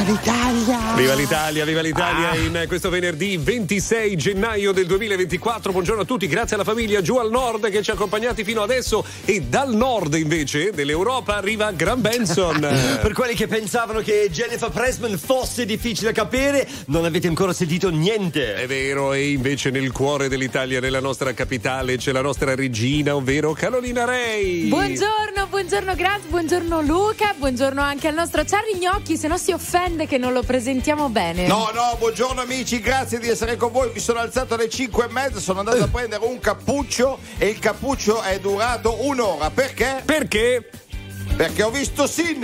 l'Italia! Viva l'Italia, viva l'Italia in questo venerdì 26 gennaio del 2024. Buongiorno a tutti, grazie alla famiglia giù al nord che ci ha accompagnati fino adesso, e dal nord invece dell'Europa arriva Graham Benson. Per quelli che pensavano che Jennifer Pressman fosse difficile da capire, non avete ancora sentito niente. È vero, e invece nel cuore dell'Italia, nella nostra capitale, c'è la nostra regina, ovvero Carolina Rei. Buongiorno Grant, buongiorno Luca, buongiorno anche al nostro Charlie Gnocchi, se no si offende che non lo presentiamo bene. No, buongiorno amici, grazie di essere con voi. Mi sono alzato alle 5:30, sono andato a prendere un cappuccio e il cappuccio è durato un'ora. Perché? Perché? Perché ho visto Sin.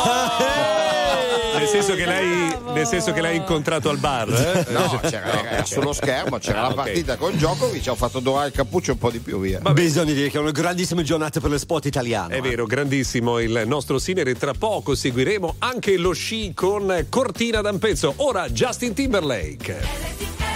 Nel senso che l'hai incontrato al bar, eh? No, era sullo schermo, c'era la partita con Djokovic, ho fatto durare il cappuccio un po' di più, via. Bisogna dire che è una grandissima giornata per lo sport italiano. È vero, grandissimo il nostro Sinner, e tra poco seguiremo anche lo sci con Cortina d'Ampezzo. Ora Justin Timberlake.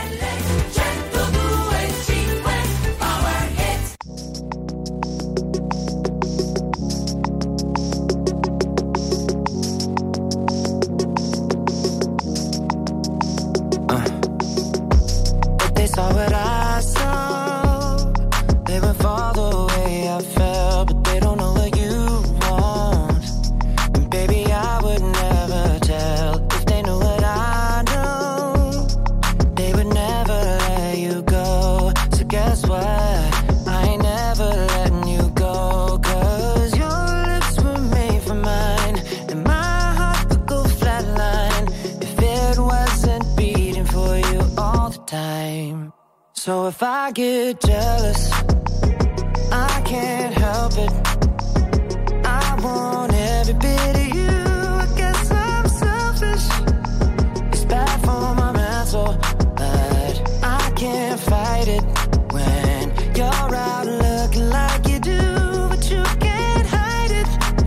Saw what I saw. They went far the way I felt, but they don't know what you want. And baby, I would never tell. If they knew what I know, they would never let you go. So guess what? I ain't never letting you go. 'Cause your lips were made for mine, and my heart would go flatline if it wasn't beating for you all the time. So if I get jealous, I can't help it. I want every bit of you. I guess I'm selfish. It's bad for my mental, but I can't fight it when you're out looking like you do, but you can't hide it.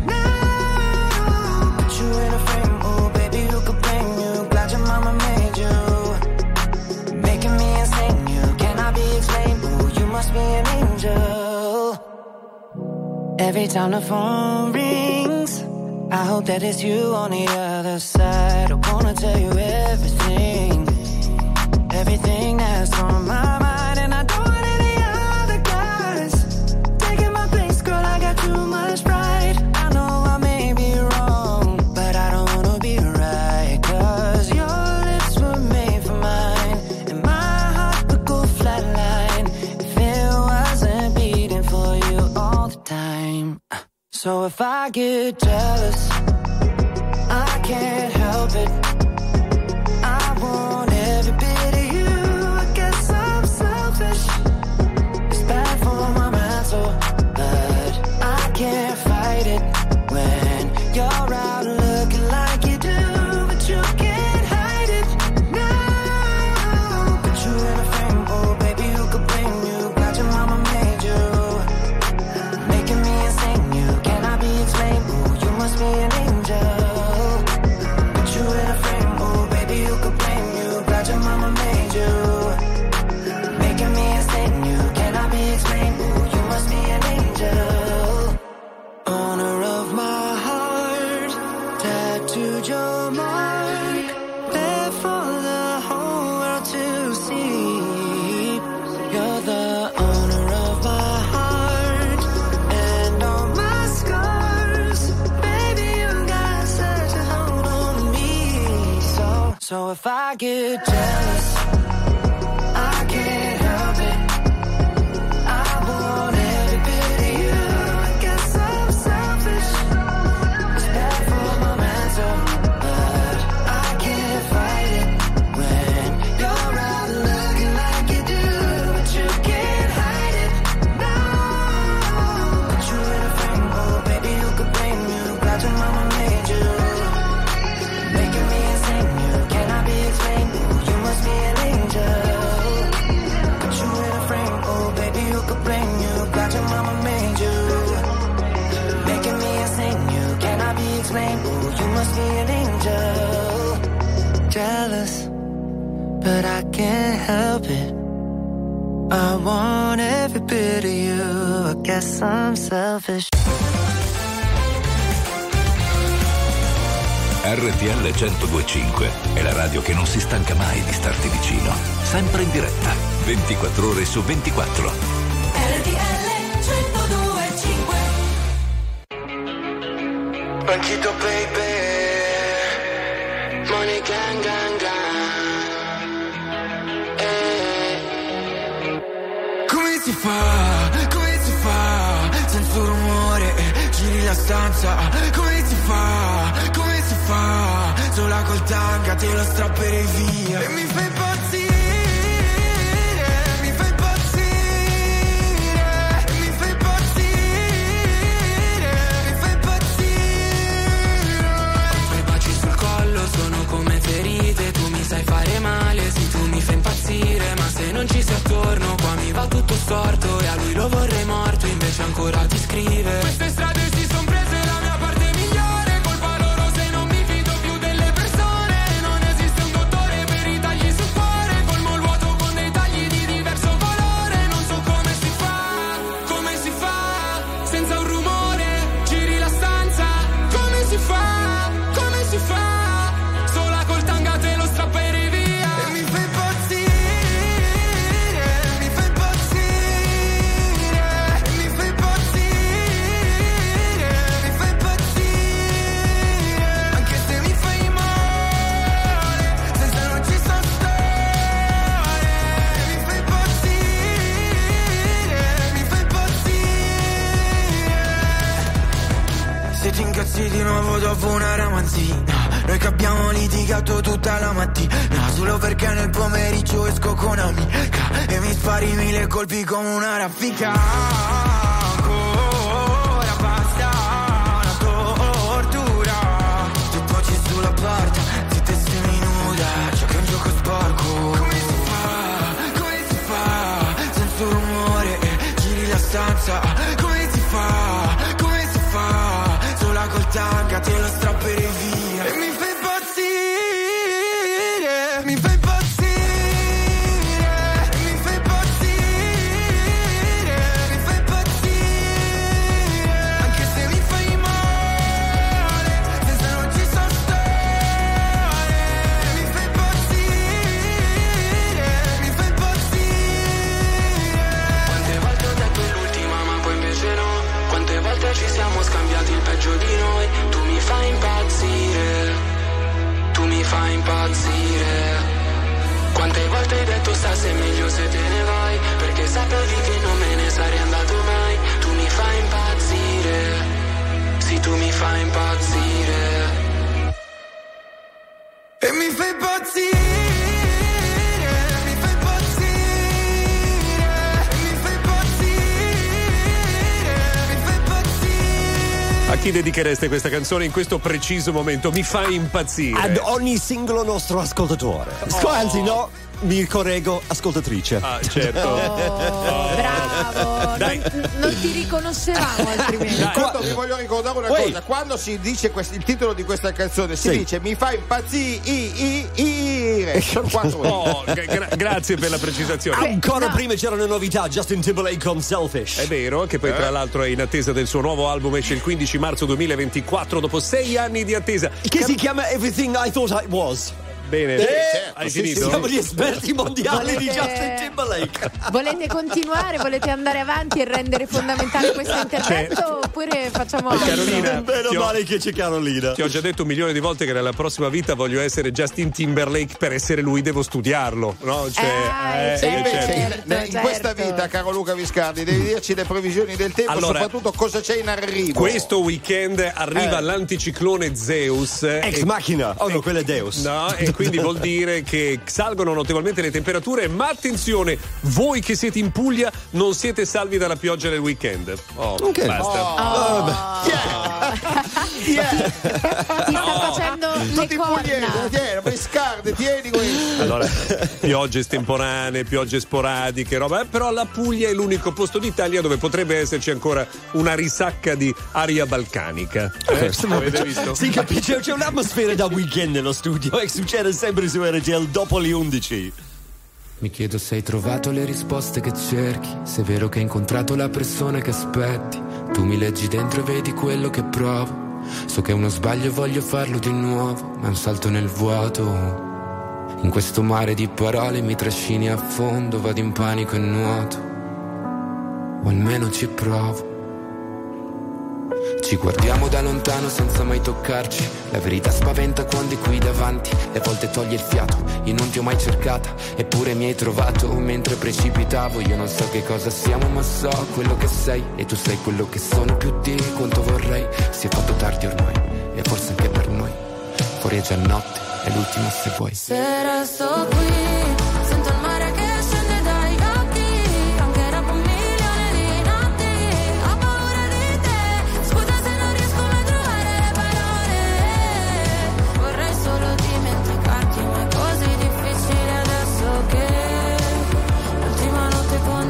No, put you in a frame, oh baby, who could blame you? Glad your mama made you, making me insane. Explain, ooh, you must be an angel. Every time the phone rings, I hope that it's you on the other side. I wanna tell you everything, everything that's on my mind. And I don't want any other guys taking my place, girl, I got too much pride. I know I may be wrong, but I don't wanna be right. 'Cause your lips were made for mine, and my heart would go flatline if it wasn't beating for you all the time. So if I get jealous, I can't help it. I want every bit of you. I guess I'm selfish. It's bad for my mental, but I can't fight it when you're out looking like you do, but you can't hide it. No, put you in a frame, oh baby, who could blame you? Glad your mama made you, making me insane. You cannot be explained. Ooh, you must be an angel. Put you in a frame, oh baby, who could blame you? Glad your mama made you, making me insane. You cannot be explained. Ooh, you must be an angel. Owner of my heart, tattooed your mark, there for the whole world to see. You're the owner of my heart and all my scars. Baby, you got such a hold on me. So if I get jealous, I can't help it. I want every bit of you. I guess I'm selfish. It's bad for my mental, but I can't fight it when you're out looking like you do, but you can't hide it. No, put you in a frame, oh baby, who could blame you? Glad your mama made you, making me insane. You cannot be explained. Ooh, you must be an angel. Put you in a frame, oh baby, who could blame you? Glad your mama made you, making me insane. You cannot be explained. Ooh, you must be an angel. Jealous, but I can't help it. I want every bit of you. I guess I'm selfish. RTL 102.5 è la radio che non si stanca mai di starti vicino. Sempre in diretta, 24 ore su 24. RTL 102.5. Banchito baby, money gang gang gang. Come si fa senza un rumore, giri la stanza. Come si fa sola col tanga te lo strapperei via. E mi fai impazzire, mi fai impazzire, mi fai impazzire, mi fai impazzire. I baci sul collo sono come ferite, tu mi sai fare male, sì tu mi fai impazzire, ma se non ci sei attorno qua mi va tutto storto e a lui lo vorrei morto, invece ancora ti scrive. Queste strade si son prese la mia parte migliore, colpa loro se non mi fido più delle persone, non esiste un dottore per i tagli sul cuore, colmo il vuoto con dei tagli di diverso colore, non so come si fa, senza un rumore, giri la stanza, come si fa, sola col tanga te lo strapperei via. E mi fai impazzire, mi fai impazzire, mi fai impazzire, mi fai impazzire, anche se mi fai male, senza non ci so stare, mi fai impazzire, mi fai impazzire. Se ti incazzi di nuovo dopo una ramanzina, noi che abbiamo litigato tutta la mattina, solo perché nel pomeriggio esco con amica e mi spari 1000 colpi come una raffica. Ancora basta una tortura, tu poggi sulla porta, ti testimi nuda, ciò che è un gioco sporco. Come si fa, senza un rumore, giri la stanza. Come si fa, sola col tanga te lo strapperei via. E mi fai impazzire, mi fai impazzire, mi fai impazzire, mi fai impazzire, anche se mi fai male, senza non ci so stare, mi fai impazzire, mi fai impazzire. Quante volte ho detto è l'ultima ma poi invece no, quante volte ci siamo scambiati il peggio di noi, tu mi fai impazzire, tu mi fai impazzire. Quante volte hai detto stasera è meglio se te ne vai, perché sapevi che non me ne sarei andato mai, tu mi fai impazzire, sì tu mi fai impazzire. E mi fai impazzire, mi fai impazzire, mi fai impazzire, mi fai impazzire. A chi dedichereste questa canzone in questo preciso momento? Mi fa impazzire. Ad ogni singolo nostro ascoltatore. Anzi, no, mi correggo, ascoltatrice. Ah, certo. Bravo. Dai. Non ti riconoscevamo altrimenti. Intanto vi voglio ricordare una cosa, quando si dice il titolo di questa canzone si dice mi fa impazzire. Sono 4 Oh, grazie per la precisazione. Ancora prima c'erano novità, Justin Timberlake con Selfish. È vero, che poi tra l'altro è in attesa del suo nuovo album, esce il 15 marzo 2024 dopo 6 anni di attesa. Che si chiama Everything I Thought I Was. Bene, certo, hai sì, finito? Siamo gli esperti mondiali di Justin Timberlake. Volete continuare? Volete andare avanti e rendere fondamentale questo intervento? Oppure facciamo altro? Carolina, Meno male che c'è Carolina. ti ho già detto 1 milione di volte che nella prossima vita voglio essere Justin Timberlake, per essere lui devo studiarlo, no? Cioè, certo. In questa vita, caro Luca Viscardi, devi dirci le previsioni del tempo, Allora, soprattutto cosa c'è in arrivo. questo weekend arriva l'anticiclone Zeus. Ex Machina. Oh no, quello è Deus. No, e quindi vuol dire che salgono notevolmente le temperature, ma attenzione, voi che siete in Puglia non siete salvi dalla pioggia del weekend. Ok. Basta. Ti sta facendo le Tutti corna. pugliesi, Viscardi, tieni questo. Allora, piogge estemporanee, piogge sporadiche, roba, però la Puglia è l'unico posto d'Italia dove potrebbe esserci ancora una risacca di aria balcanica. Avete visto? Si capisce, c'è un'atmosfera da weekend nello studio e succede sempre su RTL dopo le 11. Mi chiedo se hai trovato le risposte che cerchi, se è vero che hai incontrato la persona che aspetti. Tu mi leggi dentro e vedi quello che provo. So che è uno sbaglio e voglio farlo di nuovo, ma è un salto nel vuoto. In questo mare di parole mi trascini a fondo, vado in panico e nuoto, o almeno ci provo. Ci guardiamo da lontano senza mai toccarci. La verità spaventa quando è qui davanti, e a volte toglie il fiato. Io non ti ho mai cercata, eppure mi hai trovato mentre precipitavo. Io non so che cosa siamo, ma so quello che sei, e tu sei quello che sono più di quanto vorrei. Si è fatto tardi ormai, e forse anche per noi. Fuori è già notte, è l'ultima se vuoi. Se resto qui, sento il mare che scende dai occhi, anche dopo un milione di notti. Ho paura di te, scusa se non riesco mai a trovare le parole. Vorrei solo dimenticarti, ma è così difficile adesso che l'ultima notte con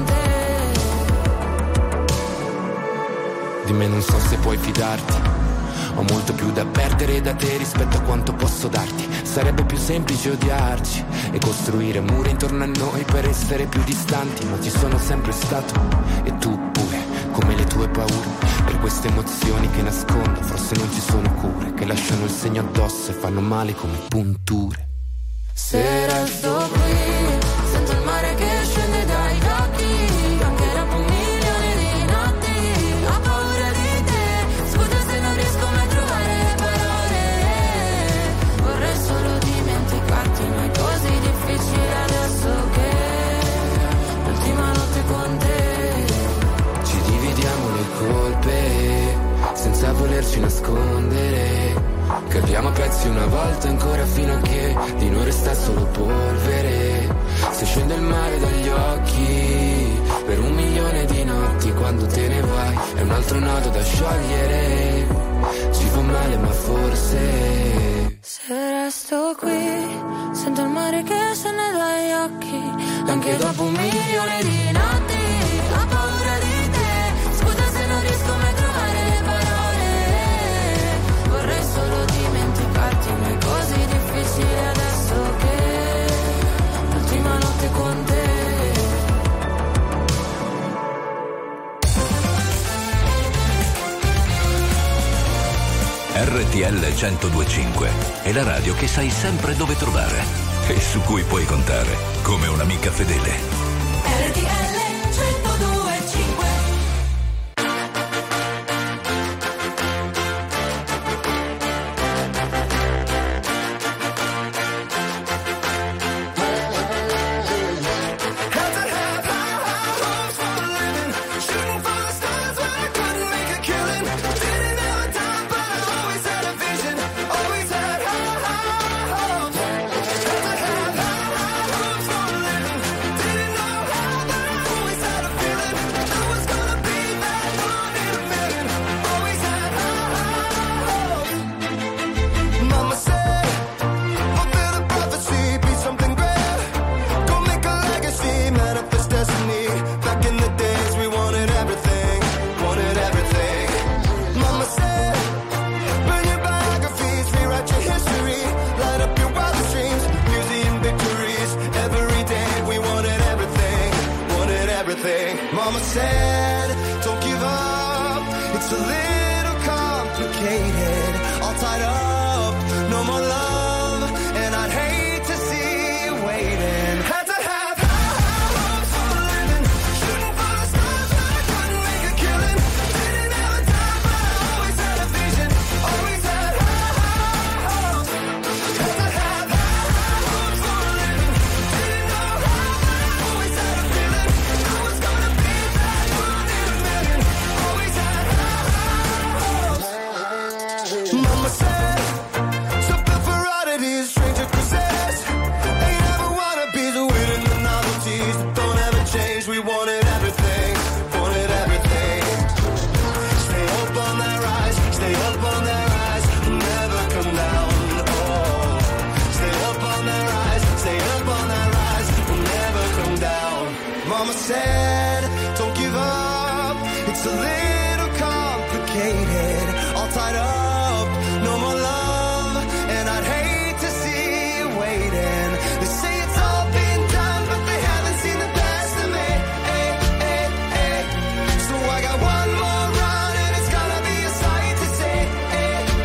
te. Di me non so se puoi fidarti. Ho molto più da perdere da te rispetto a quanto posso darti. Sarebbe più semplice odiarci e costruire mura intorno a noi per essere più distanti, ma ci sono sempre stato, e tu pure, come le tue paure. Per queste emozioni che nascondo forse non ci sono cure, che lasciano il segno addosso e fanno male come punture. Se resto qui, sento il mare che scende dai occhi, anche dopo un milione di notti. Ho paura di te, scusa se non riesco mai a trovare le parole. Vorrei solo dimenticarti, ma è così difficile adesso che l'ultima notte con te. Ci dividiamo le colpe senza volerci nascondere. Capiamo a pezzi una volta ancora fino a che di noi resta solo polvere. Se scende il mare dagli occhi per un milione di notti, quando te ne vai è un altro nodo da sciogliere. Ci fa male ma forse se resto qui, sento il mare che scende dagli occhi, anche dopo un milione di notti. Ho paura di te, scusa se non riesco mai a trovare le parole. Vorrei solo dimenticarti, ma è così difficile adesso che l'ultima notte con te. RTL 102.5 è la radio che sai sempre dove trovare e su cui puoi contare come un'amica fedele. RTL 102.5. Mama said, don't give up, it's a little complicated, all tied up, no more love, and I'd hate to see you waiting. Had to have high hopes for a living, shooting for the stars but I couldn't make a killing, didn't have a time but I always had a vision, always had high hopes. Had to have high hopes for a living, didn't know how but I always had a feeling I was gonna be that one in a million, always had high hopes. Mama said, something for oddities, stranger crusades, ain't ever wanna be the winning the novelties that don't ever change. We wanted everything, wanted everything. Stay up on that rise, stay up on that rise, never come down. Oh, stay up on that rise, stay up on that rise, never come down. Mama said, don't give up, it's a little complicated, all tied up, no more love, and I'd hate to see you waiting. They say it's all been done, but they haven't seen the best of me. So I got one more run, and it's gonna be a sight to see.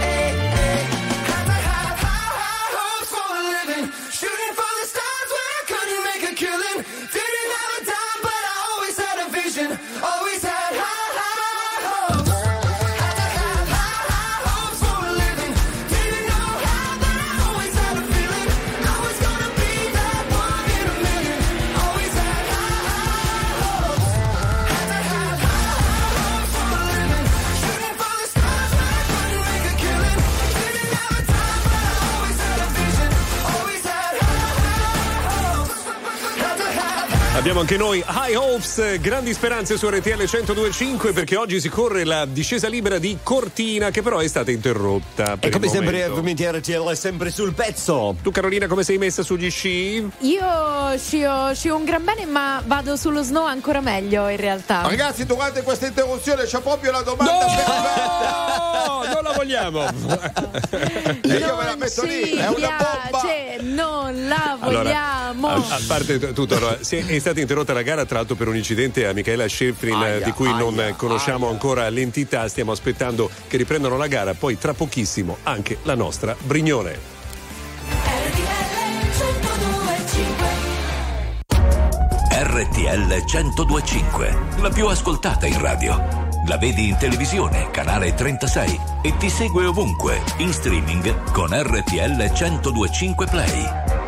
anche noi. High Hopes, grandi speranze su RTL 102.5, perché oggi si corre la discesa libera di Cortina, che però è stata interrotta. E come sempre, ovviamente RTL è sempre sul pezzo. Tu, Carolina, come sei messa sugli sci? Io scio un gran bene, ma vado sullo snow ancora meglio in realtà. Ragazzi, durante questa interruzione c'è proprio la domanda perfetta. No, non la vogliamo. E io me la metto lì, è una bomba. Non la vogliamo. A parte tutto, allora, è stata interrotta la gara tra l'altro per un incidente a Michaela Schifrin, di cui non conosciamo ancora l'entità. Stiamo aspettando che riprendano la gara, poi tra pochissimo anche la nostra Brignone. RTL 102.5, la più ascoltata in radio. La vedi in televisione, canale 36, e ti segue ovunque, in streaming con RTL 102.5 Play.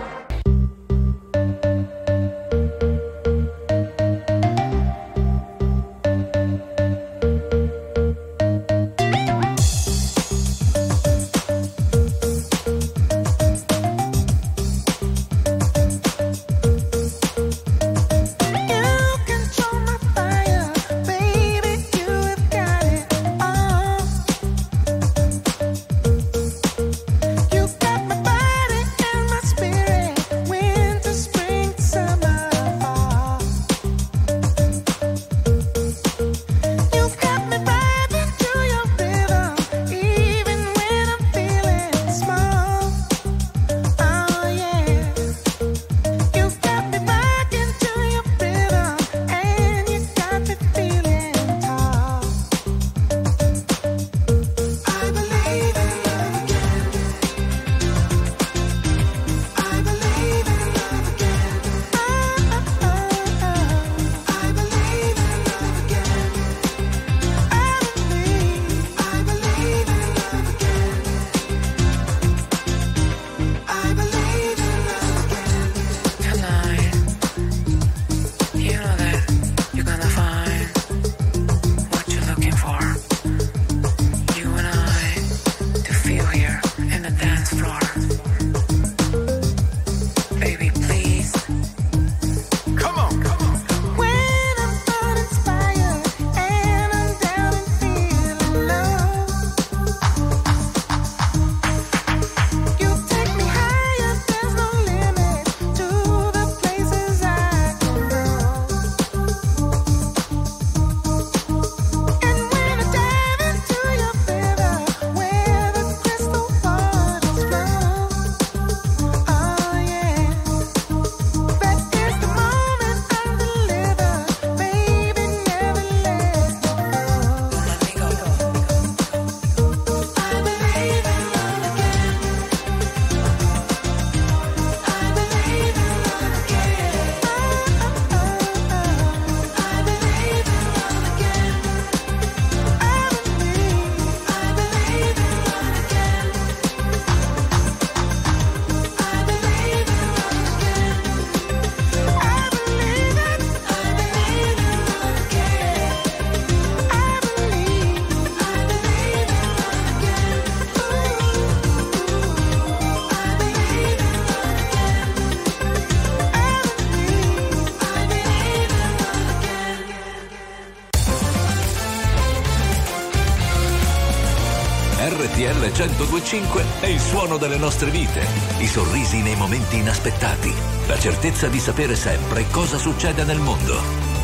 RTL 102.5 è il suono delle nostre vite, i sorrisi nei momenti inaspettati, la certezza di sapere sempre cosa succede nel mondo.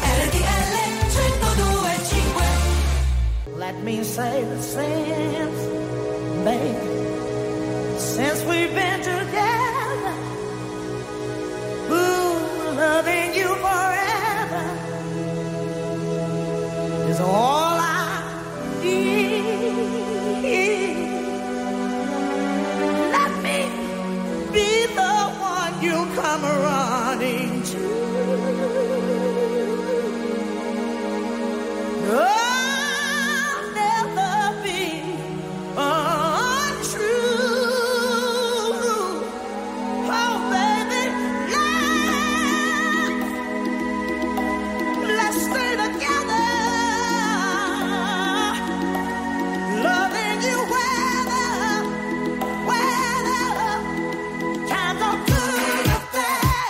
RTL 102.5. Let me say the since, baby, since we've been together, ooh, loving you forever is all I need. Let me be the one you come running to. I'll never be untrue. Oh, baby, let's stay together. Loving you weather times are good or bad.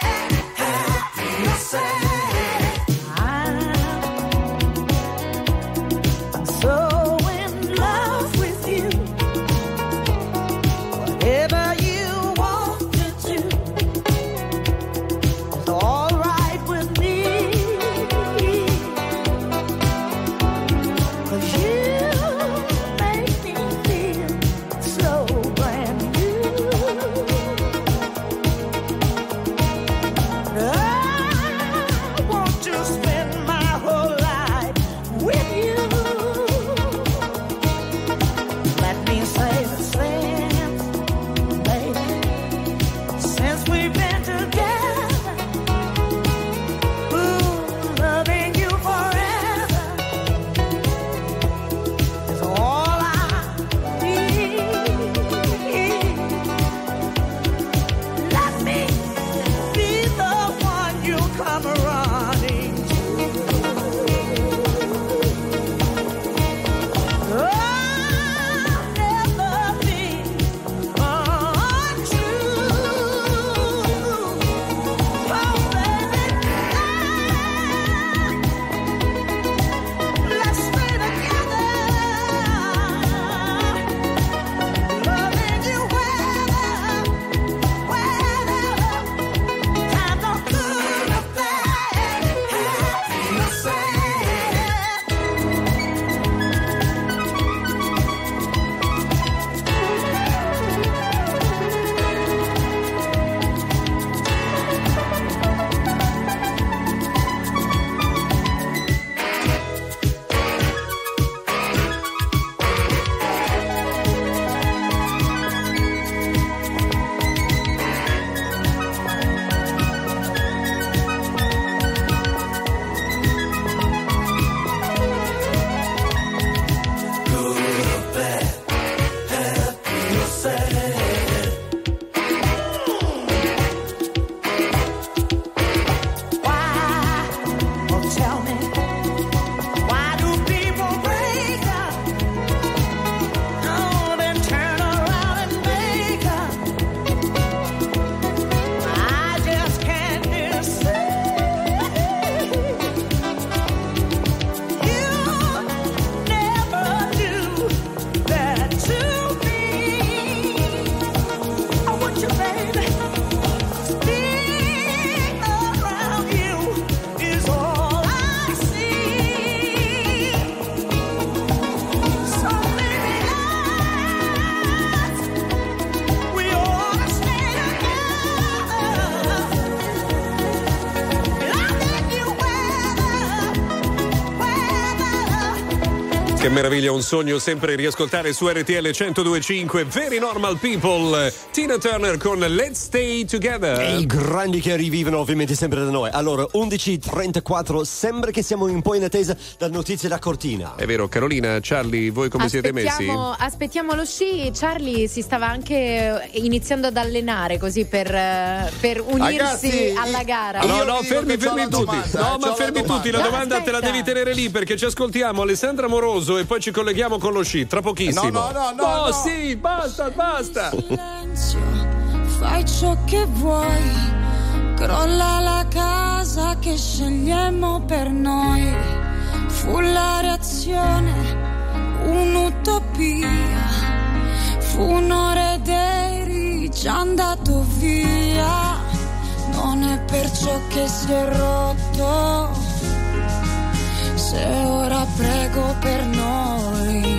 Che meraviglia, un sogno sempre riascoltare su RTL 102.5 Very Normal People, Tina Turner con Let's Stay Together. E i grandi che rivivono ovviamente sempre da noi. Allora, 11.34, sembra che siamo un po' in attesa da notizie da Cortina. È vero, Carolina, Charlie, voi come siete messi? Aspettiamo lo sci. Charlie si stava anche iniziando ad allenare così per unirsi Ragazzi, alla gara. No, fermi tutti. Fermi tutti, la domanda aspetta. te la devi tenere lì perché ci ascoltiamo Alessandra Moroso e poi ci colleghiamo con lo sci tra pochissimo. No. Sì, basta. Silenzio, fai ciò che vuoi, crolla la casa che scegliemmo per noi. Fu la reazione, un'utopia, fu un'ora ed eri già andato via. Non è perciò che si è rotto, se ora prego per noi.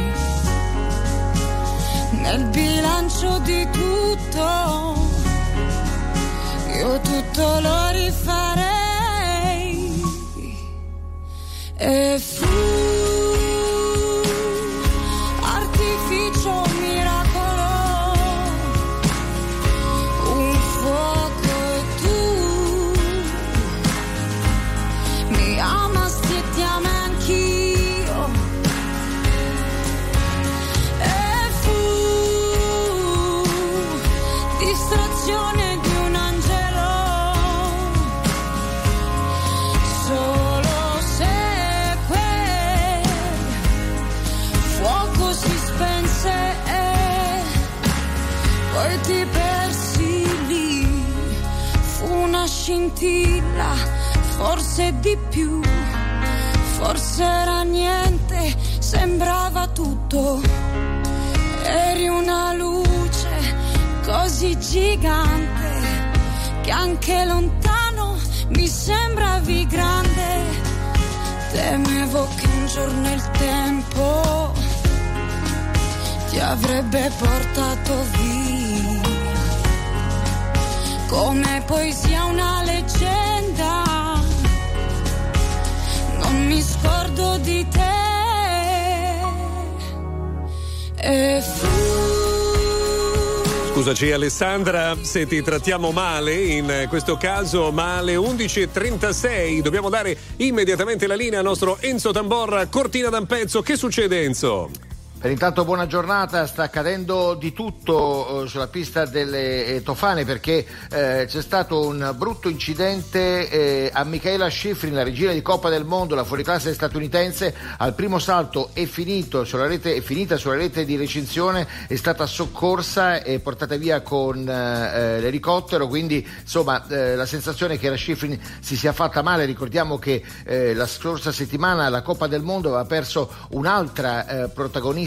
Nel bilancio di tutto, io tutto lo rifarei. E fu artificio, miracolo, un fuoco e tu mi amasti e ti ami anch'io. E fu distrazione di un angelo, solo se quel fuoco si spense e poi ti persi lì. Fu una scintilla, forse di più, forse era niente, sembrava tutto. Eri una luce così gigante che anche lontano mi sembravi grande. Temevo che un giorno il tempo ti avrebbe portato via, come poesia una leggenda. Non mi scordo di te. E fu Scusaci Alessandra se ti trattiamo male, in questo caso, ma alle 11.36 dobbiamo dare immediatamente la linea al nostro Enzo Tamborra, Cortina d'Ampezzo. Che succede, Enzo? Per intanto buona giornata, sta accadendo di tutto sulla pista delle Tofane perché c'è stato un brutto incidente a Mikaela Shiffrin, la regina di Coppa del Mondo, la fuoriclasse statunitense. Al primo salto è finita sulla rete di recinzione, è stata soccorsa e portata via con l'elicottero, quindi insomma la sensazione è che la Shiffrin si sia fatta male. Ricordiamo che la scorsa settimana la Coppa del Mondo aveva perso un'altra protagonista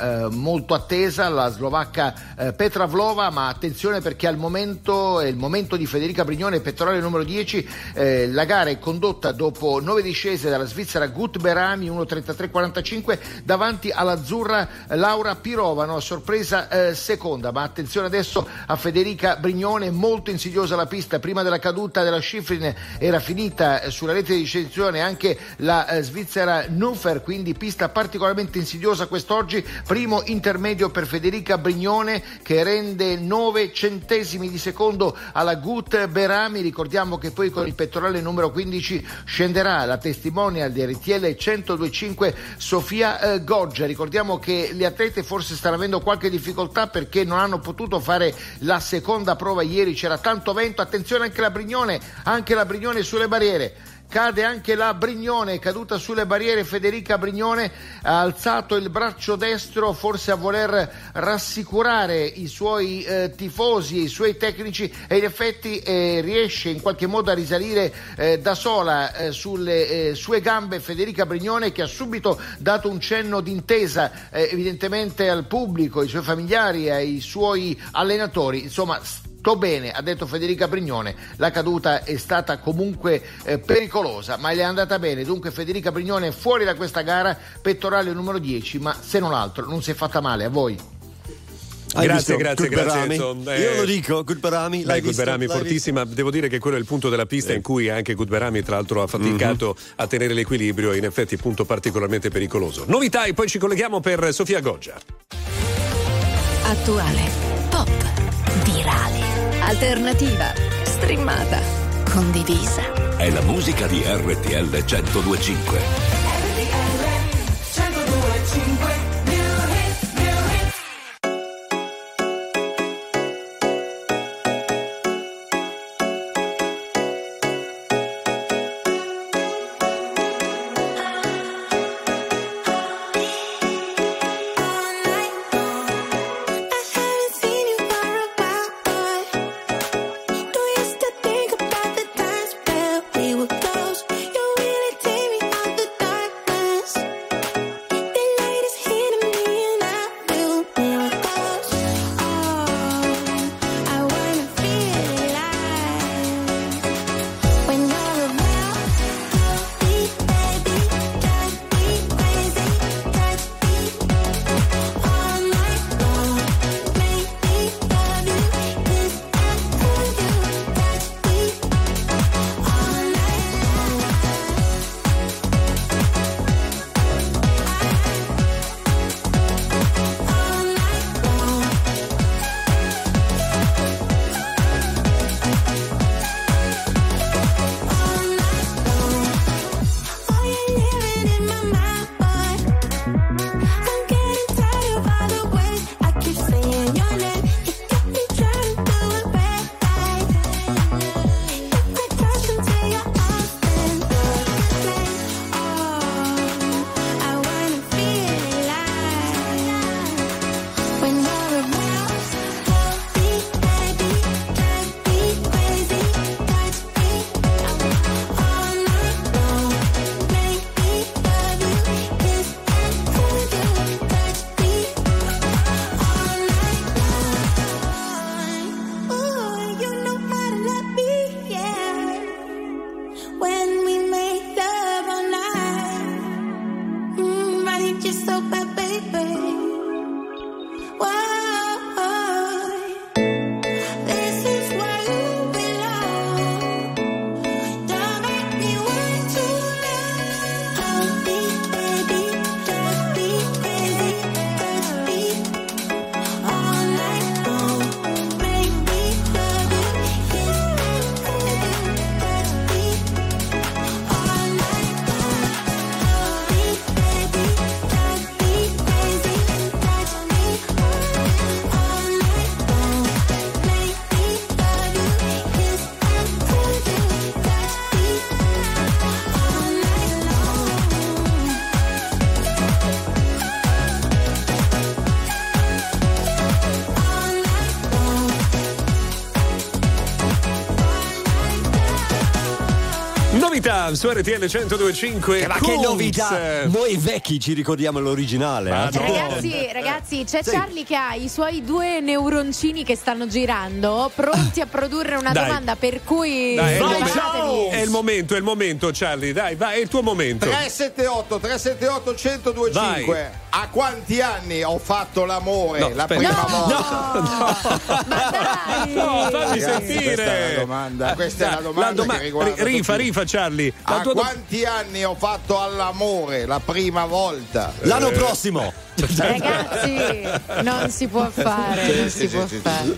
molto attesa, la slovacca Petra Vlova, ma attenzione perché al momento è il momento di Federica Brignone, pettorale numero 10. La gara è condotta dopo 9 discese dalla svizzera Gut Berami, 1.33.45 davanti all'azzurra Laura Pirovano, a sorpresa seconda. Ma attenzione adesso a Federica Brignone, molto insidiosa la pista. Prima della caduta della Shiffrin era finita sulla rete di recinzione anche la svizzera Nufer, quindi pista particolarmente insidiosa quest'oggi. Primo intermedio per Federica Brignone che rende 9 centesimi di secondo alla Gut Berami. Ricordiamo che poi con il pettorale numero 15 scenderà la testimonial di RTL 102.5 Sofia Goggia. Ricordiamo che le atlete forse stanno avendo qualche difficoltà perché non hanno potuto fare la seconda prova ieri, c'era tanto vento. Attenzione anche la Brignone sulle barriere. Cade anche la Brignone, è caduta sulle barriere Federica Brignone, ha alzato il braccio destro forse a voler rassicurare i suoi tifosi e i suoi tecnici, e in effetti riesce in qualche modo a risalire da sola sulle sue gambe Federica Brignone, che ha subito dato un cenno d'intesa evidentemente al pubblico, ai suoi familiari, ai suoi allenatori. Insomma, sto bene, ha detto Federica Brignone, la caduta è stata comunque pericolosa, ma le è andata bene. Dunque Federica Brignone è fuori da questa gara, pettorale numero 10, ma se non altro non si è fatta male. A voi. Grazie Gulberami? Enzo. Io lo dico, Gulberami. Gulberami fortissima. Devo dire che quello è il punto della pista in cui anche Gulberami tra l'altro ha faticato a tenere l'equilibrio, in effetti punto particolarmente pericoloso. Novità e poi ci colleghiamo per Sofia Goggia. Attuale, pop, virale, alternativa, streamata, condivisa. È la musica di RTL 102.5. Novità su RTL 102.5. Ma che novità! Noi vecchi ci ricordiamo l'originale. Ragazzi, c'è Charlie che ha i suoi 2 neuroncini che stanno girando, pronti a produrre una domanda per cui è il momento, Charlie, dai, vai, è il tuo momento. 378 1025. Vai. A quanti anni ho fatto l'amore la prima volta? Ma dai! No, fammi sentire. Questa è la domanda che riguarda rifa Charlie. A quanti anni ho fatto all'amore la prima volta? L'anno prossimo. Ragazzi, non si può fare, non si può fare.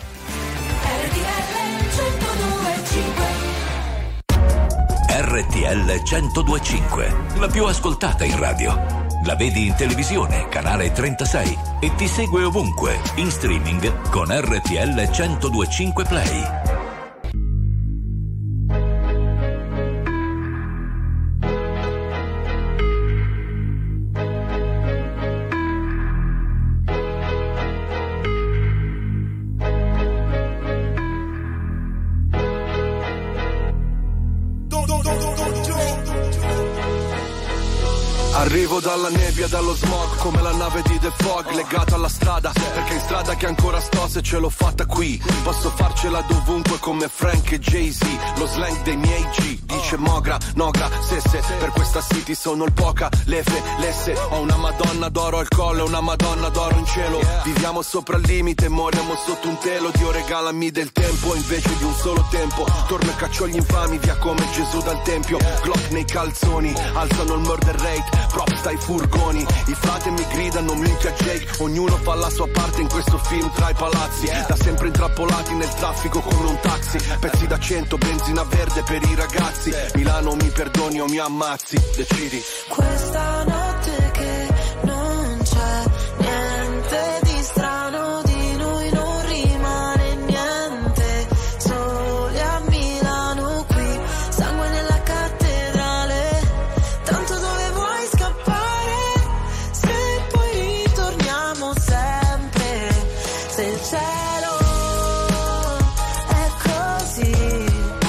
RTL 102.5, la più ascoltata in radio. La vedi in televisione, canale 36 e ti segue ovunque, in streaming con RTL 102.5 Play. Arrivo dalla nebbia, dallo smog, come la nave di The Fog, legato alla strada, perché in strada che ancora sto, se ce l'ho fatta qui. Posso farcela dovunque come Frank e Jay-Z, lo slang dei miei G. dice Mogra, Nogra, Sesse. Per questa city sono il poca, l'Efe, l'Esse. Ho una Madonna d'oro al collo e una Madonna d'oro in cielo. Viviamo sopra il limite, moriamo sotto un telo. Dio regalami del tempo invece di un solo tempo. Torno e caccio gli infami via come Gesù dal tempio. Glock nei calzoni, alzano il murder rate. Props dai furgoni, i frate mi gridano minchia Jake. Ognuno fa la sua parte in questo film tra i palazzi. Da sempre intrappolati nel traffico come un taxi. Pezzi da 100, benzina verde per i ragazzi. Milano mi perdoni o mi ammazzi, decidi. Questa notte che non c'è niente di strano, di noi non rimane niente. Soli a Milano qui, sangue nella cattedrale. Tanto dove vuoi scappare, se poi ritorniamo sempre. Se il cielo è così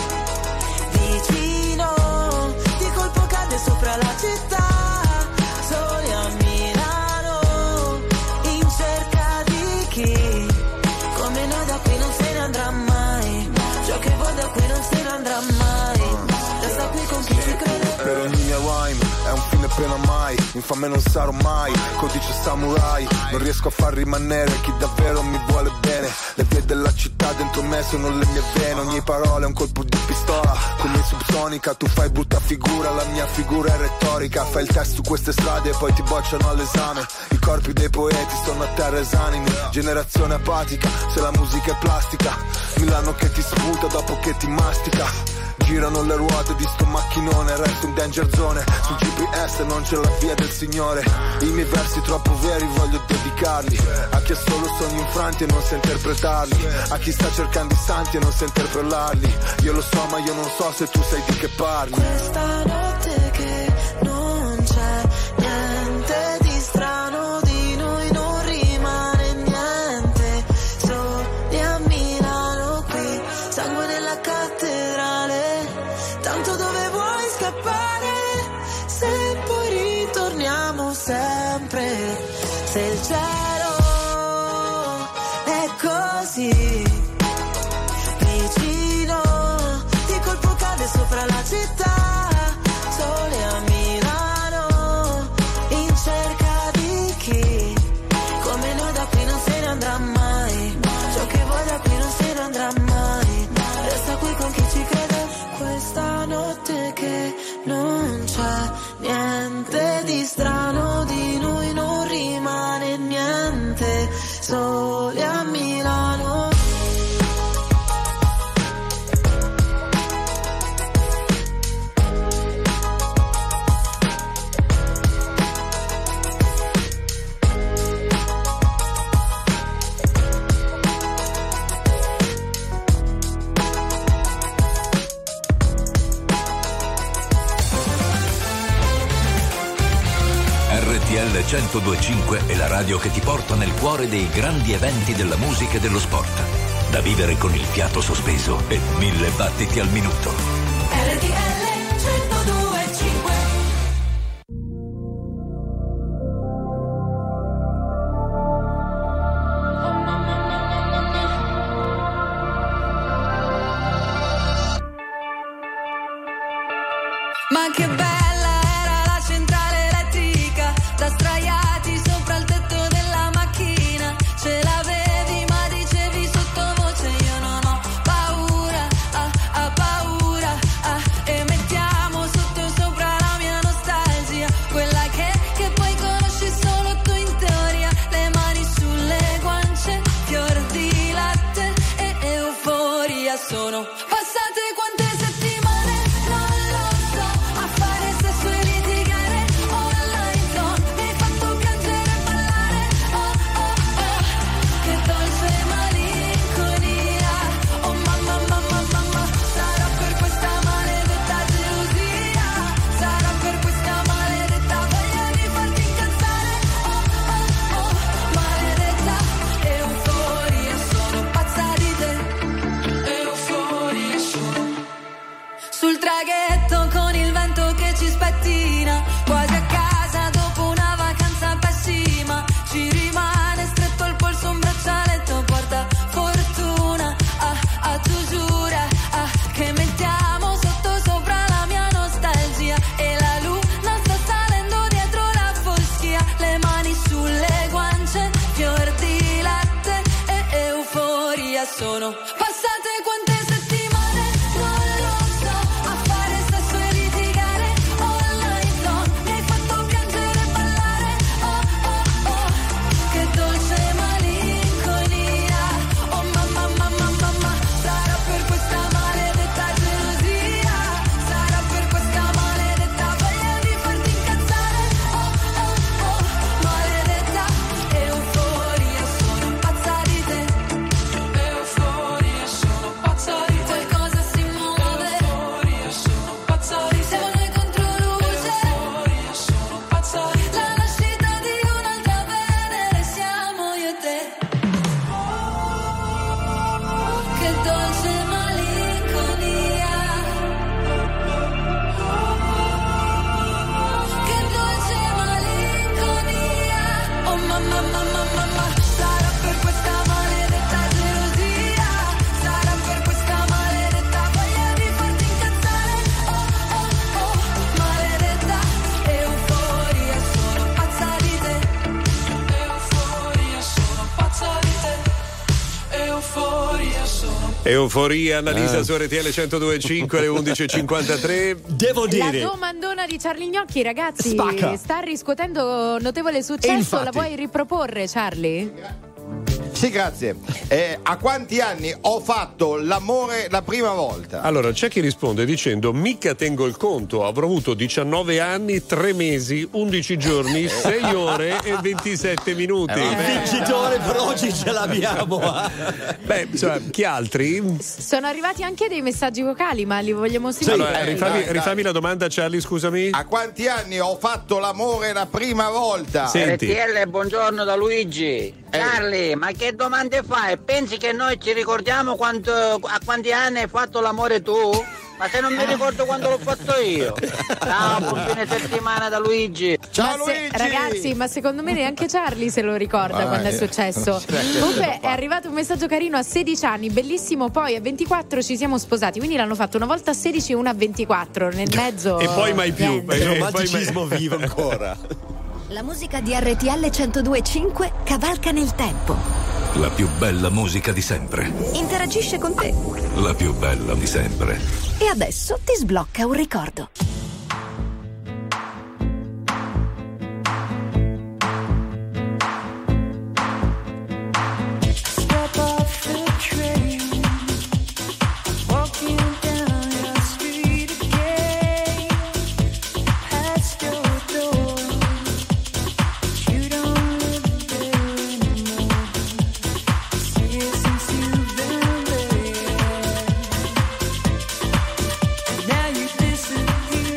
vicino, di colpo cade sopra la città. Soli a Milano, in cerca di chi come noi da qui non se ne andrà mai. Ciò che vuoi da qui non se ne andrà mai. Resta qui con chi ci crede. Per ogni mia rhyme è un fine pena mai. Infame non sarò mai, codice samurai. Non riesco a far rimanere chi davvero mi vuole bene. Le vie della città dentro me sono le mie vene. Ogni parola è un colpo di pistola, come subsonica. Tu fai brutta figura, la mia figura è retorica. Fai il test su queste strade e poi ti bocciano all'esame. I corpi dei poeti sono a terra esanimi. Generazione apatica, se la musica è plastica. Milano che ti sputa dopo che ti mastica. Girano le ruote di sto macchinone, resto in danger zone. Sul GPS non c'è la via del Signore. I miei versi troppo veri voglio dedicarli a chi ha solo sogni infranti e non sa interpretarli, a chi sta cercando i santi e non sa interpellarli. Io lo so ma io non so se tu sai di che parli. Questa notte che non c'è niente di strano, di noi non rimane niente. Soli a Milano qui, sangue nella cattedrale. Tanto dove vuoi scappare, se poi ritorniamo sempre. Se il cielo è così vicino, di colpo cade sopra la città. Sole a Milano, in cerca di chi come noi da qui non se ne andrà mai. Ciò che vuoi da qui non se ne andrà mai. Resta qui con chi ci crede. Questa notte che non c'è niente di strano, di noi non rimane niente. Soli a Milano. RTL 102.5 è la radio che ti porta nel cuore dei grandi eventi della musica e dello sport. Da vivere con il fiato sospeso e 1000 battiti al minuto. RTL 102.5. Ma che bella era la centrale elettrica, da sdraiati sopra il tetto della macchina. Ce l'avevi ma dicevi sottovoce io non ho paura, paura, e sono passate quante settimane, non lo so, a fare sesso e litigare online, no, mi hai fatto piangere e ballare, oh oh oh, che dolce malinconia, oh mamma mamma mamma, sarà per questa maledetta gelosia, sarà per questa maledetta voglia di farti incazzare, oh oh oh, maledetta euforia, sono pazza di te, euforia, sono pazza di te, qualcosa si muove, euforia, sono pazza di te, siamo noi contro luce, euforia, sono pazza di te, la nascita di un'altra Venere, siamo io e te, che dolce malinconia, che dolce malinconia, oh mamma mamma mamma, sarà per questa maledetta gelosia, sarà per questa maledetta voglia di farti incazzare, oh oh oh, maledetta euforia, sono pazza di te, euforia, sono pazza di te, euforia, sono Euforia, Annalisa su RTL 102.5 alle 11.53. Devo La dire, domandona di Charlie Gnocchi, ragazzi, Spacca. sta riscuotendo notevole E successo. infatti. La vuoi riproporre, Charlie? Sì, grazie. A quanti anni ho fatto l'amore la prima volta? Allora, c'è chi risponde dicendo: mica tengo il conto, avrò avuto 19 anni, 3 mesi, 11 giorni, 6 ore e 27 minuti. il vincitore per oggi ce l'abbiamo. Beh, insomma, chi altri? Sono arrivati anche dei messaggi vocali, ma li vogliamo sentire. Allora, rifammi la domanda, Charlie, scusami. A quanti anni ho fatto l'amore la prima volta? Senti. RTL, buongiorno da Luigi. Charlie, ma che domande fai? Pensi che noi ci ricordiamo a quanti anni hai fatto l'amore tu? Ma se non mi ricordo quando l'ho fatto io. Ciao, buon fine settimana da Luigi. Ciao Luigi! Ragazzi, ma secondo me neanche Charlie se lo ricorda quando è successo. Comunque è arrivato un messaggio carino: a 16 anni, bellissimo, poi a 24 ci siamo sposati, quindi l'hanno fatto una volta a 16 e una a 24, nel mezzo. E poi mai più. niente. Il romanticismo vive ancora. La musica di RTL 102.5 cavalca nel tempo. La più bella musica di sempre. Interagisce con te. La più bella di sempre. E adesso ti sblocca un ricordo. Step off the train, walking down your street again, past your door. You don't live there anymore. See you since you've been there. Now you disappear.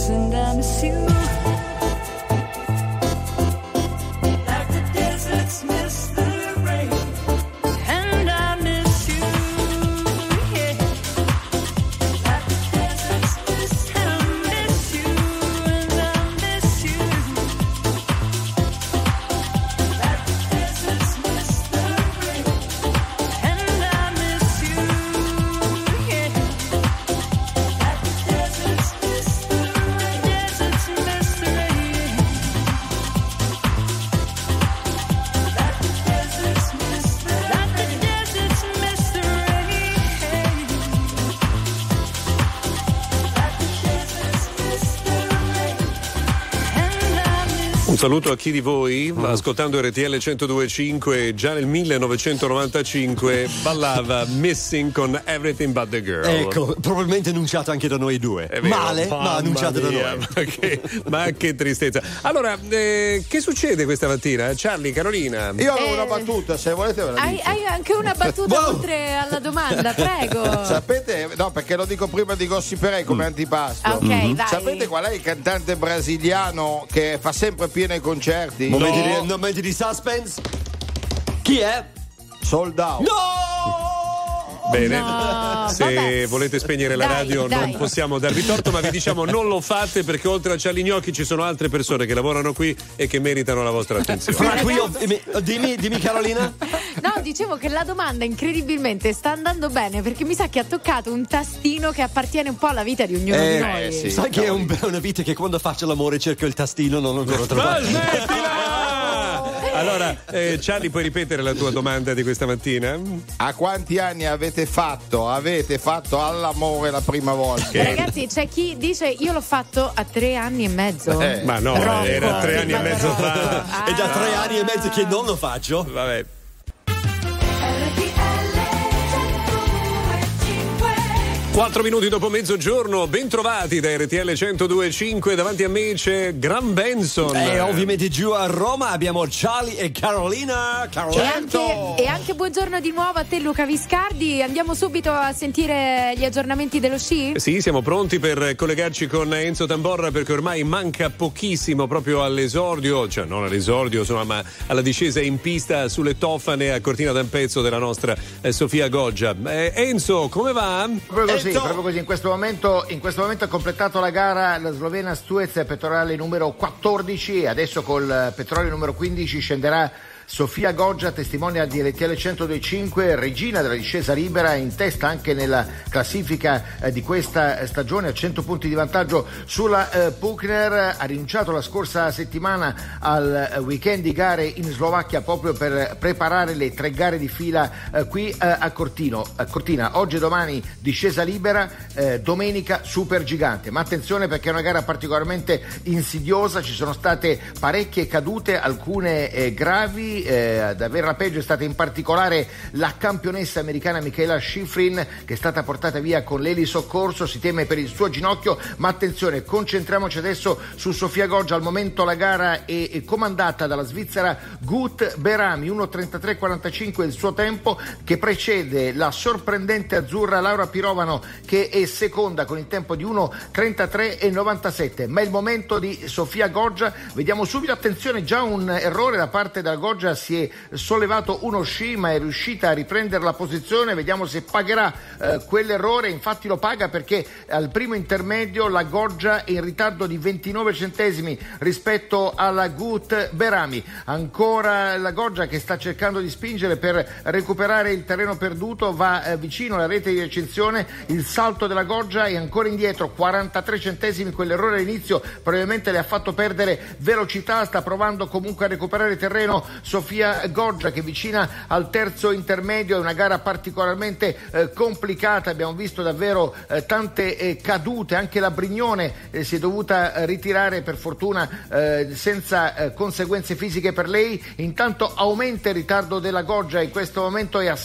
and I miss you. Like the deserts miss the rain, and I miss you. Yeah. Like the deserts miss, and I miss you, and I miss you. Like the deserts miss the rain, and I miss you. Yeah. Like the deserts miss the rain, deserts miss the rain. Like the deserts miss the rain, like the deserts miss the rain. Like the deserts miss the rain, and I miss Un saluto a chi di voi, ascoltando RTL 102.5, già nel 1995 ballava Missing con Everything But The Girl. Ecco, probabilmente annunciato anche da noi due. È vero, Male, ma mamma annunciato da mia, noi. ma che tristezza. Allora, che succede questa mattina? Charlie, Carolina? Io avevo una battuta, se volete ve la dico. Hai anche una battuta oltre alla domanda, prego. Sapete, no, perché lo dico prima di gossiperei come antipasto. Ok, vai. Sapete qual è il cantante brasiliano che fa sempre pieno i concerti? Momenti di suspense. Chi è? Sold Out. No! Bene, No, se vabbè. volete spegnere la Dai, radio dai. non possiamo darvi torto, ma vi diciamo non lo fate perché oltre a Charlie Gnocchi ci sono altre persone che lavorano qui e che meritano la vostra attenzione. Fra cui dimmi Carolina. No, dicevo che la domanda incredibilmente sta andando bene perché mi sa che ha toccato un tastino che appartiene un po' alla vita di ognuno di noi. sì. Sai che è una vita che quando faccio l'amore cerco il tastino, non l'ho ancora Ma trovato. smettila! Allora, Charlie, puoi ripetere la tua domanda di questa mattina? A quanti anni avete fatto all'amore la prima volta? Ragazzi, c'è chi dice io l'ho fatto a 3 anni e mezzo. Ma no, Troppo. era 3 anni e mezzo Troppo. fa. È da 3 anni e mezzo che non lo faccio. Vabbè. 4 minuti dopo mezzogiorno, ben trovati da RTL 102.5, davanti a me c'è Graham Benson. E ovviamente giù a Roma abbiamo Charlie e Carolina. E anche buongiorno di nuovo a te Luca Viscardi. Andiamo subito a sentire gli aggiornamenti dello sci? Sì, siamo pronti per collegarci con Enzo Tamborra perché ormai manca pochissimo proprio all'esordio, cioè non all'esordio insomma, ma alla discesa in pista sulle Tofane a Cortina d'Ampezzo della nostra Sofia Goggia. Enzo, come va? Proprio così, in questo momento ha completato la gara la slovena Stuez, pettorale numero 14 e adesso col pettorale numero 15 scenderà Sofia Goggia, testimonia di RTL 102.5, regina della discesa libera, in testa anche nella classifica di questa stagione a 100 punti di vantaggio sulla Puchner. Ha rinunciato la scorsa settimana al weekend di gare in Slovacchia proprio per preparare le 3 gare di fila qui a Cortina. Oggi e domani discesa libera, domenica super gigante, ma attenzione perché è una gara particolarmente insidiosa, ci sono state parecchie cadute, alcune gravi. Ad averla peggio è stata in particolare la campionessa americana Mikaela Shiffrin, che è stata portata via con l'elisoccorso, si teme per il suo ginocchio, ma attenzione, concentriamoci adesso su Sofia Goggia. Al momento la gara è comandata dalla svizzera Gut Berami, 1:33.45 il suo tempo, che precede la sorprendente azzurra Laura Pirovano che è seconda con il tempo di 1:33.97, ma è il momento di Sofia Goggia. Vediamo subito, attenzione, già un errore da parte della Goggia, si è sollevato uno sci ma è riuscita a riprendere la posizione, vediamo se pagherà quell'errore. Infatti lo paga perché al primo intermedio la Goggia è in ritardo di 29 centesimi rispetto alla Gut Berami. Ancora la Goggia che sta cercando di spingere per recuperare il terreno perduto, va vicino alla rete di recinzione, il salto della Goggia è ancora indietro, 43 centesimi, quell'errore all'inizio probabilmente le ha fatto perdere velocità, sta provando comunque a recuperare terreno Sofia Goggia che è vicina al terzo intermedio. È una gara particolarmente complicata, abbiamo visto davvero tante cadute, anche la Brignone si è dovuta ritirare, per fortuna senza conseguenze fisiche per lei. Intanto aumenta il ritardo della Goggia, in questo momento è a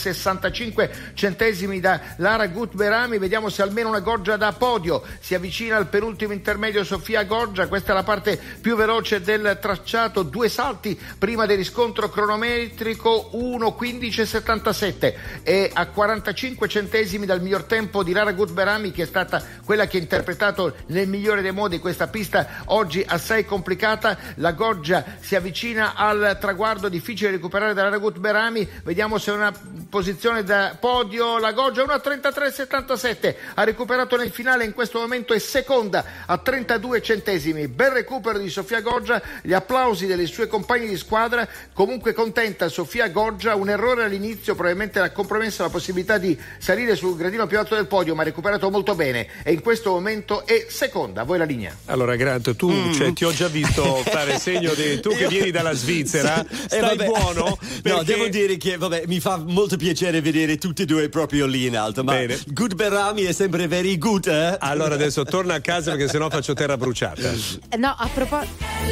65 centesimi da Lara Gut Berami. Vediamo se almeno una Goggia da podio, si avvicina al penultimo intermedio Sofia Goggia, questa è la parte più veloce del tracciato, 2 salti prima del riscontro chilometro cronometrico 1:15.77 e a 45 centesimi dal miglior tempo di Lara Gutberami, che è stata quella che ha interpretato nel migliore dei modi questa pista oggi assai complicata. La Goggia si avvicina al traguardo, difficile recuperare da Lara Gutberami, vediamo se è una posizione da podio. La Goggia 1:33.77 ha recuperato nel finale, in questo momento è seconda a 32 centesimi. Bel recupero di Sofia Goggia, gli applausi delle sue compagni di squadra. Comunque contenta Sofia Goggia, un errore all'inizio probabilmente l'ha compromessa la possibilità di salire sul gradino più alto del podio, ma ha recuperato molto bene e in questo momento è seconda. Voi la linea. Allora Grant, tu ti ho già visto fare segno di tu che vieni dalla Svizzera, stai buono? Perché... No, devo dire che mi fa molto piacere vedere tutti e due proprio lì in alto, ma Bene. Gutberami è sempre very good, eh? Allora adesso torna a casa perché sennò faccio terra bruciata. No, a proposito.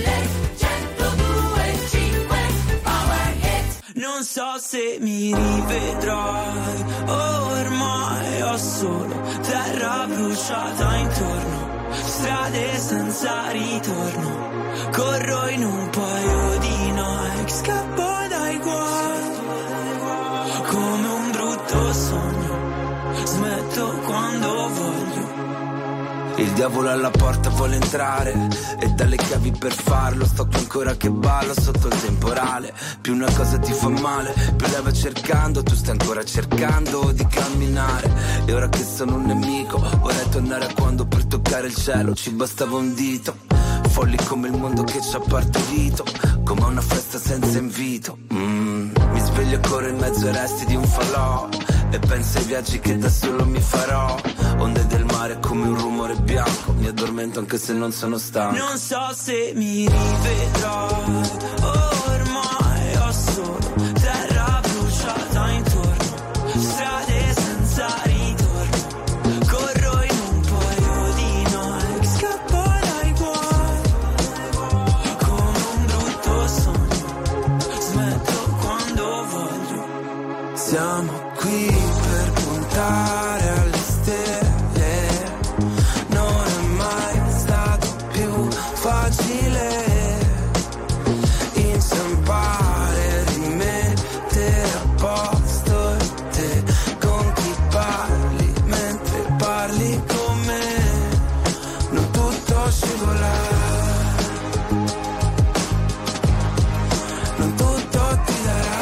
Non so se mi rivedrai, ormai ho solo terra bruciata intorno, strade senza ritorno, corro in un paio di Nike, scappo dai guai, come un brutto sogno, smetto quando voglio. Il diavolo alla porta vuole entrare e dalle chiavi per farlo. Sto qui ancora che ballo sotto il temporale. Più una cosa ti fa male, più la vai cercando. Tu stai ancora cercando di camminare. E ora che sono un nemico vorrei tornare a quando per toccare il cielo ci bastava un dito. Folli come il mondo che ci ha partorito, come una festa senza invito. Mi sveglio e corro in mezzo ai resti di un falò e penso ai viaggi che da solo mi farò. Onde del mare come un rumore bianco, mi addormento anche se non sono stanco. Non so se mi rivedrai, ormai ho solo terra bruciata intorno, strade senza ritorno, corro in un paio di Nike, scappo dai guai, come un brutto sogno, smetto quando voglio. Siamo qui per puntare alle stelle, non è mai stato più facile inciampare, rimettere a posto te con chi parli mentre parli con me, non tutto scivola, non tutto ti darà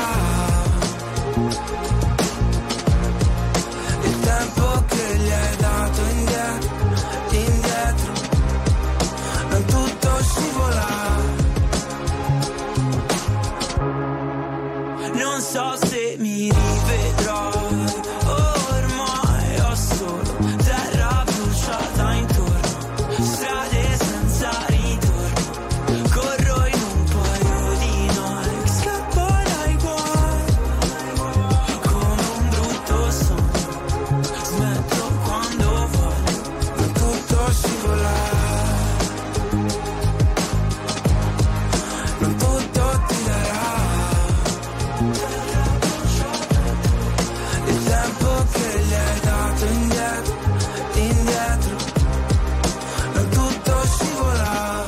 il tempo che gli hai dato indietro, indietro, non tutto scivola. Non so se mi rivedrai, ormai ho solo terra bruciata intorno, strade senza ritorno, corro in un paio di Nike, scappo dai guai, come un brutto sogno, smetto quando voglio, non tutto scivola, non tutto ti darà il tempo che gli hai dato indietro, indietro, non tutto scivola.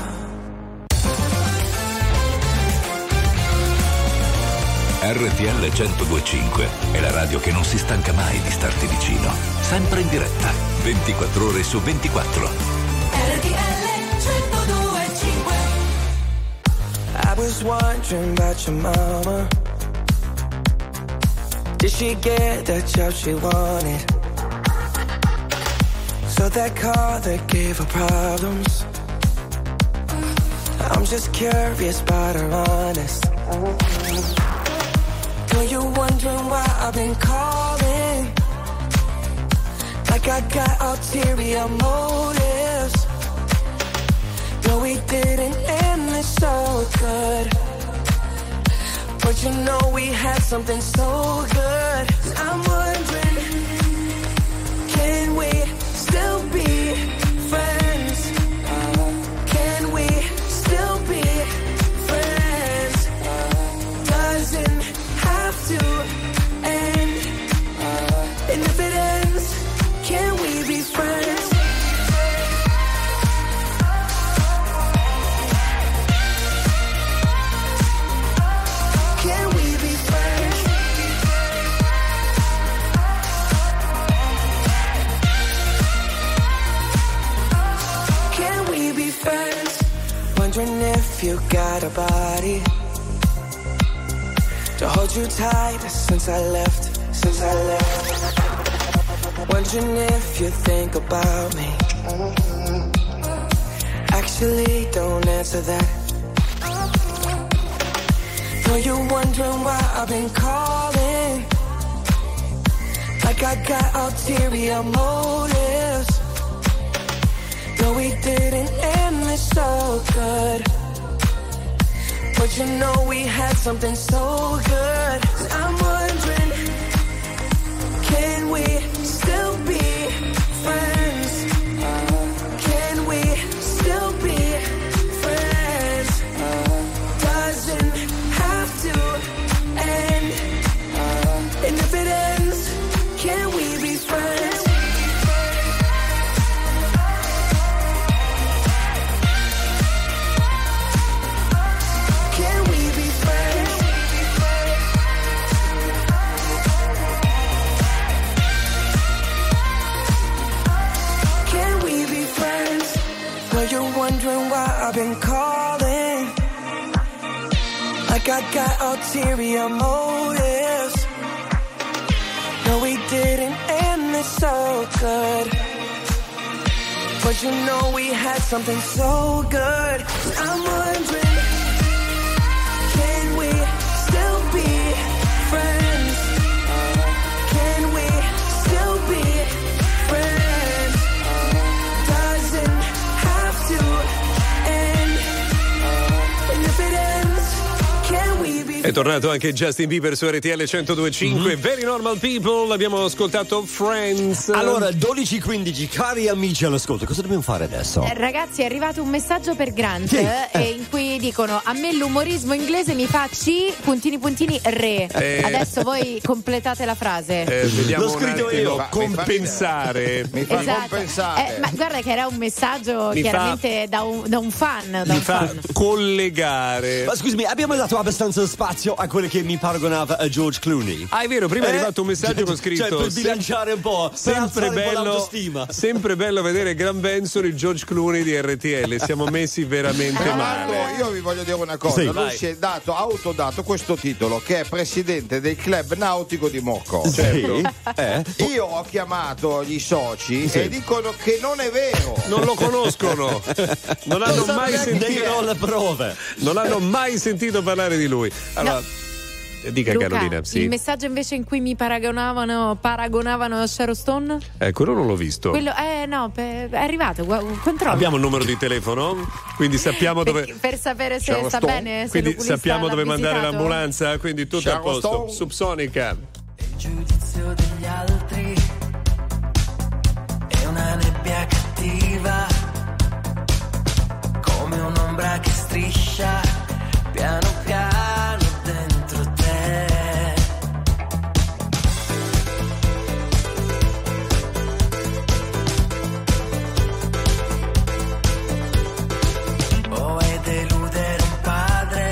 RTL 102.5 è la radio che non si stanca mai di starti vicino, sempre in diretta, 24 ore su 24. RTL 102.5. I was wondering about your mama. Did she get that job she wanted? So that car that gave her problems. I'm just curious about her honest. Know you're wondering why I've been calling, like I got ulterior motives. No, we didn't end this so good, but you know we had something so good. I'm wondering, can we still be friends? Can we still be friends? Doesn't have to end, and if it ends, can we be friends? Can you got a body to hold you tight since I left. Wondering if you think about me. Actually, don't answer that. Know you're wondering why I've been calling, like I got ulterior motives. No, we didn't end this so good, but you know we had something so good. I'm wondering, can we still be friends? Can we still be friends? Doesn't have to end. And if it ends, can we be friends? Can we be friends? Can we be friends? Know you're wondering why I've been calling, like I got ulterior motives. No, we didn't end this so good, but you know we had something so good. I'm wondering, can we still be friends? Can we still be friends? Doesn't have to end. And if it ends, can we be È tornato anche Justin Bieber su RTL 102.5. Very Normal People, abbiamo ascoltato Friends. Allora, 12:15, cari amici all'ascolto, cosa dobbiamo fare adesso? Ragazzi, è arrivato un messaggio per Grant in cui dicono: a me l'umorismo inglese mi fa C puntini puntini re. Adesso voi completate la frase. Vediamo. L'ho scritto io. Compensare. Mi fa Esatto. compensare. Ma guarda che era un messaggio Mi chiaramente da un fan. Mi fa collegare. Ma scusami, abbiamo dato abbastanza spazio a quelli che mi paragonava a George Clooney. Ah, è vero, prima è arrivato un messaggio con scritto: cioè, per bilanciare un po', sempre bello, l'autostima. sempre bello vedere Gran Benson, il George Clooney di RTL. Siamo messi veramente Tra male. l'altro, io vi voglio dire una cosa, Sì, lui vai. si è autodato questo titolo, che è presidente del club nautico di Morcò. Sì. Io ho chiamato gli soci Sì. e dicono che non è vero. Non lo conoscono, non hanno mai sentito, Negano le prove. non hanno mai sentito parlare di lui. Allora, dica Luca, Carolina, sì. il messaggio invece in cui mi paragonavano a Sharon Stone? Quello non l'ho visto. Quello, no, è arrivato, controllo. Abbiamo il numero di telefono, quindi sappiamo dove. Per sapere se Sharon sta Stone. bene, se Quindi l'oculista sappiamo l'ha dove mandare visitato. l'ambulanza, quindi tutto a Sharon posto. Stone. Subsonica. Il giudizio degli altri è una nebbia cattiva, come un'ombra che striscia piano piano dentro te. Oh, è deludere un padre,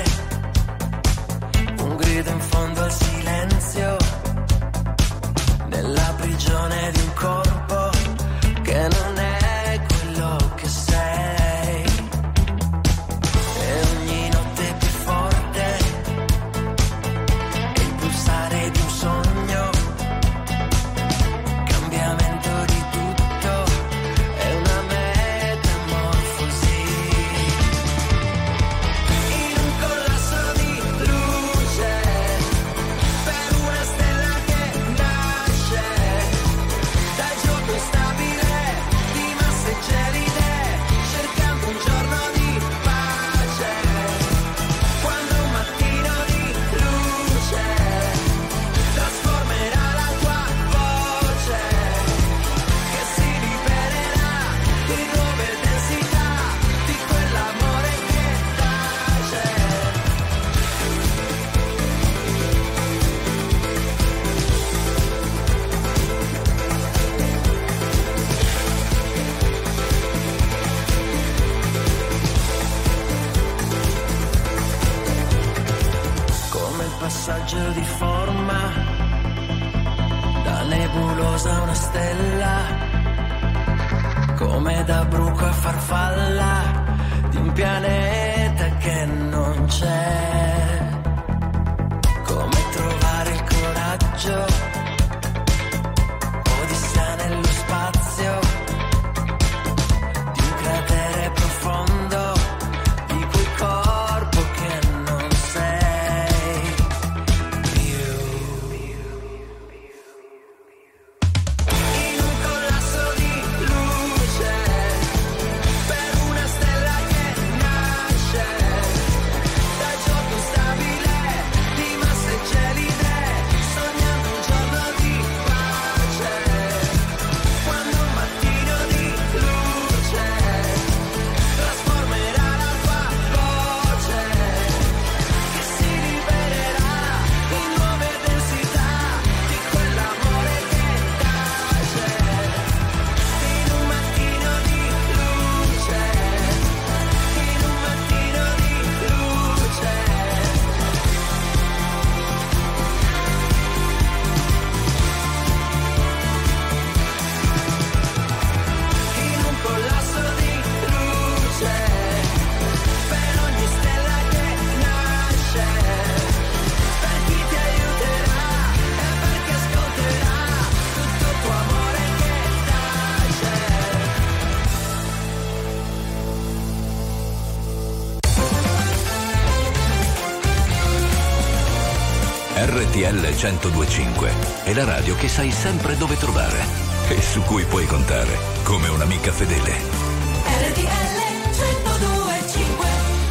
un grido in fondo al silenzio, nella prigione di un corpo che non è quello che sei. E ogni notte più forte è il pulsare di un sogno, cambiamento di tutto, è una metamorfosi. In un collasso di luce, per una stella che nasce dal gioco instabile di masse gelide, cercando un giorno di pace. Quando un mattino di luce trasformerà la tua voce, che si libererà di nuove densità di quell'amore che tace. Come il passaggio di forma da nebulosa a una stella, come da bruco a farfalla di un pianeta che non c'è. Come trovare il coraggio, odissea nello spazio, di un cratere profondo, di quel corpo che non sei più. In un collasso di luce, per una stella che nasce, dal gioco stabile di masse gelide, sognando un giorno di pace, quando un mattino di luce trasformerà la tua voce, che si libererà in nuove densità di quell'amore che tace, in un mattino di luce, in un mattino di luce. In un collasso di luce, per ogni stella che nasce, per chi ti aiuterà e perché ascolterà tutto tuo amore che tace. RTL 1025 è la radio che sai sempre dove trovare e su cui puoi contare come un'amica fedele. RTL 1025.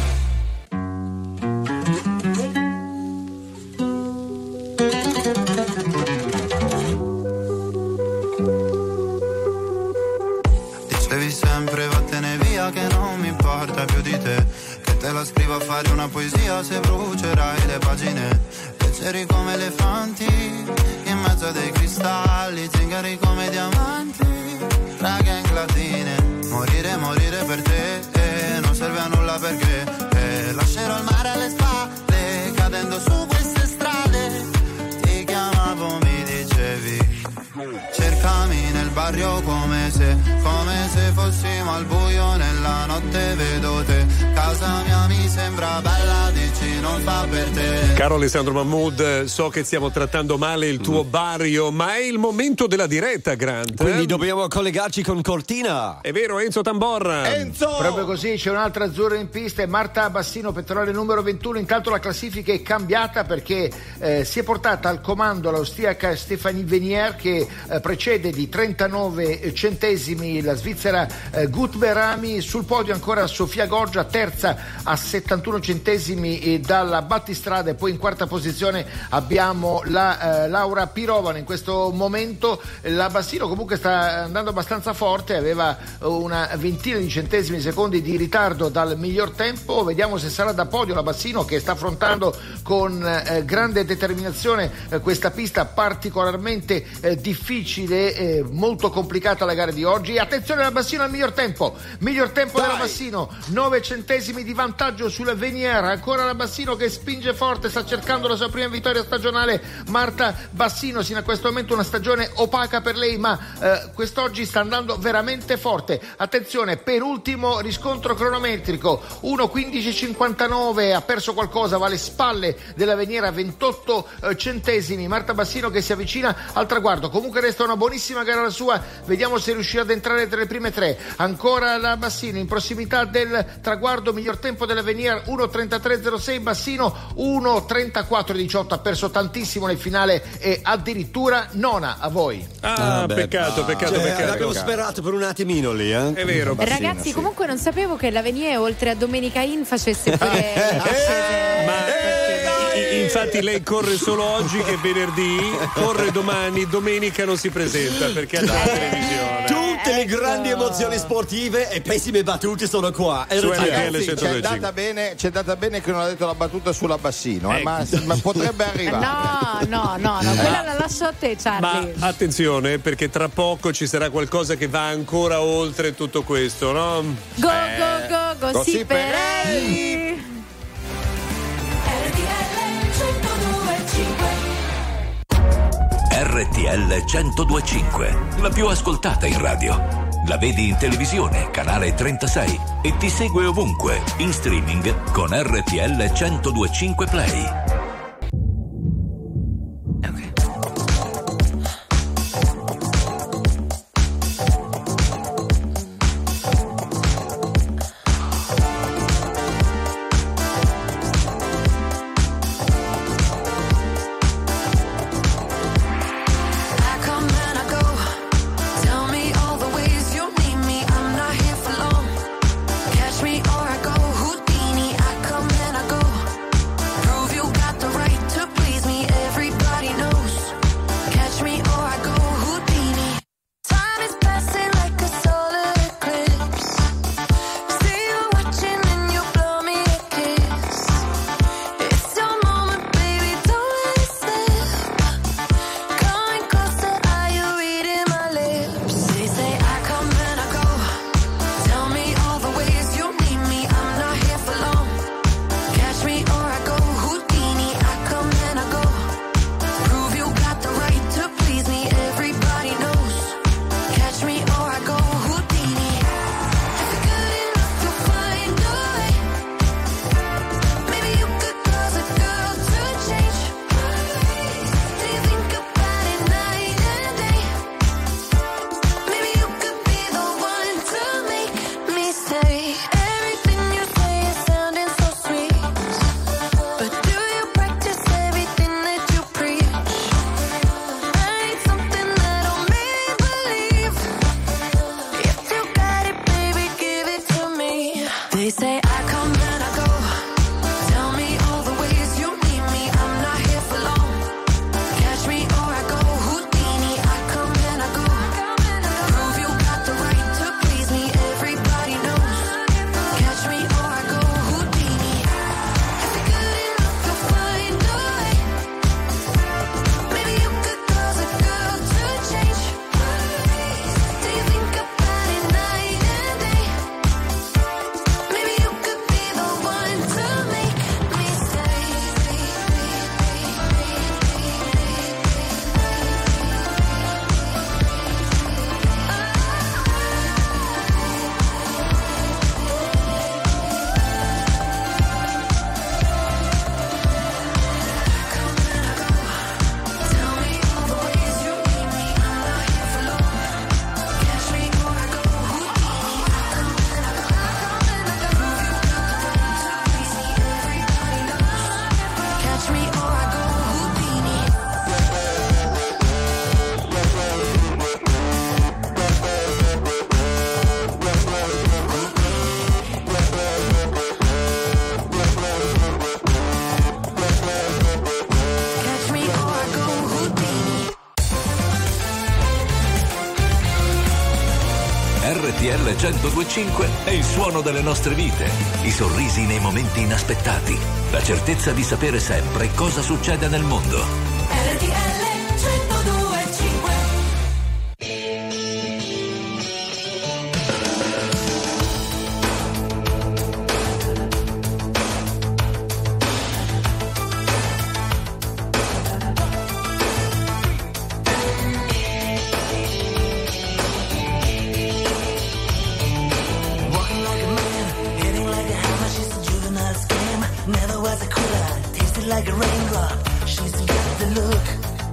Dicevi sempre vattene via che non mi importa più di te, che te la scrivo a fare una poesia se brucerai le pagine, leggeri come elefanti in mezzo a dei cristalli, zingari come diamanti tra gang latine, morire per te non serve a nulla perché lascerò il mare alle spalle cadendo su queste strade, ti chiamavo mi dicevi cercami nel barrio come se fossimo al buio nella notte, vedo te, casa mia mi sembra bella, dici non fa per te. Caro Alessandro Mahmood, so che stiamo trattando male il tuo barrio, ma è il momento della diretta, Grant. Quindi dobbiamo collegarci con Cortina. È vero, Enzo Tamborra. Enzo! Proprio così, c'è un'altra azzurra in pista, è Marta Bassino, Petrolio numero 21. Intanto la classifica è cambiata perché si è portata al comando l'austriaca Stéphanie Venier, che precede di 39 centesimi la svizzera Gutberami. Sul podio ancora Sofia Goggia, terza a 71 centesimi dalla battistrada, e poi in quarta posizione abbiamo la Laura Pirovano. In questo momento la Bassino comunque sta andando abbastanza forte, aveva una ventina di centesimi secondi di ritardo dal miglior tempo. Vediamo se sarà da podio la Bassino, che sta affrontando con grande determinazione questa pista particolarmente difficile, molto complicata la gara di oggi. Attenzione alla Bassino al miglior tempo della Bassino, 9 centesimi di vantaggio sulla Venier, ancora la Bassino che spinge forte, sta cercando la sua prima vittoria stagionale. Marta Bassino, sino a questo momento una stagione opaca per lei, ma quest'oggi sta andando veramente forte. Attenzione, per ultimo riscontro cronometrico, 1:15:59, ha perso qualcosa, va alle spalle della Veniera, 28 centesimi. Marta Bassino che si avvicina al traguardo, comunque resta una buonissima gara la sua, vediamo se riuscirà ad entrare tra le prime tre. Ancora la Bassino in prossimità del traguardo, miglior tempo della Veniera 1:33:06, Bassino 1:34:18, ha perso tantissimo nel finale e addirittura nona. A voi. Peccato. Abbiamo sperato per un attimino lì, eh? È vero. Ragazzi, comunque non sapevo che la Venier oltre a Domenica In facesse pure infatti lei corre solo oggi che è venerdì, corre domani, domenica non si presenta perché ha già la televisione. Tutte le grandi emozioni sportive e pessime battute sono qua. Su RTL Ragazzi, 125. c'è andata bene che non ha detto la battuta sulla Bassino, ma potrebbe arrivare. No, quella la lascio a te, Charlie. Ma attenzione, perché tra poco ci sarà qualcosa che va ancora oltre tutto questo, no? Go, Sipperelli. RTL 1025, la più ascoltata in radio. La vedi in televisione, canale 36, e ti segue ovunque, in streaming con RTL 102.5 Play. RTL 102.5 è il suono delle nostre vite, i sorrisi nei momenti inaspettati, la certezza di sapere sempre cosa succede nel mondo. RTL 102.5. Like a raindrop, she's got the look.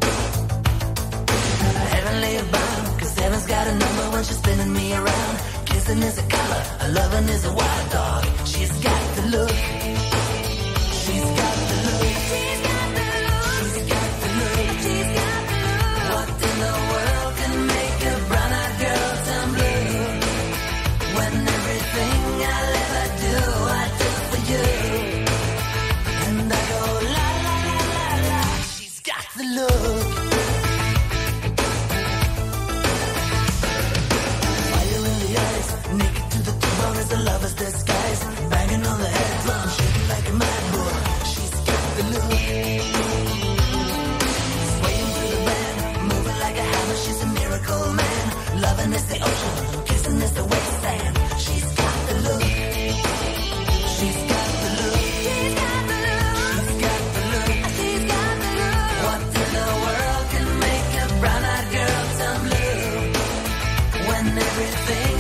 Heavenly bound, cause heaven's got a number when she's spinning me around. Kissing is a color, a loving is a wild dog. She's got the look. She's got the look. She's got the look. She's got the look. She's got the look. What in the world can make a brown-eyed girl turn blue? When everything I'll ever do, I do for you. And I go la la la la la. She's got the look. Fire in the eyes, naked to the bone as a lover's disguise. Banging on the head drum, shaking like a mad bull. She's got the look. Swaying through the band, moving like a hammer. She's a miracle man. Loving is the ocean, kissing is the wasteland. She's got the look. She's got the look. She's got the look. She's got the look. She's got the look. What in the world can make a brown-eyed girl turn blue? When everything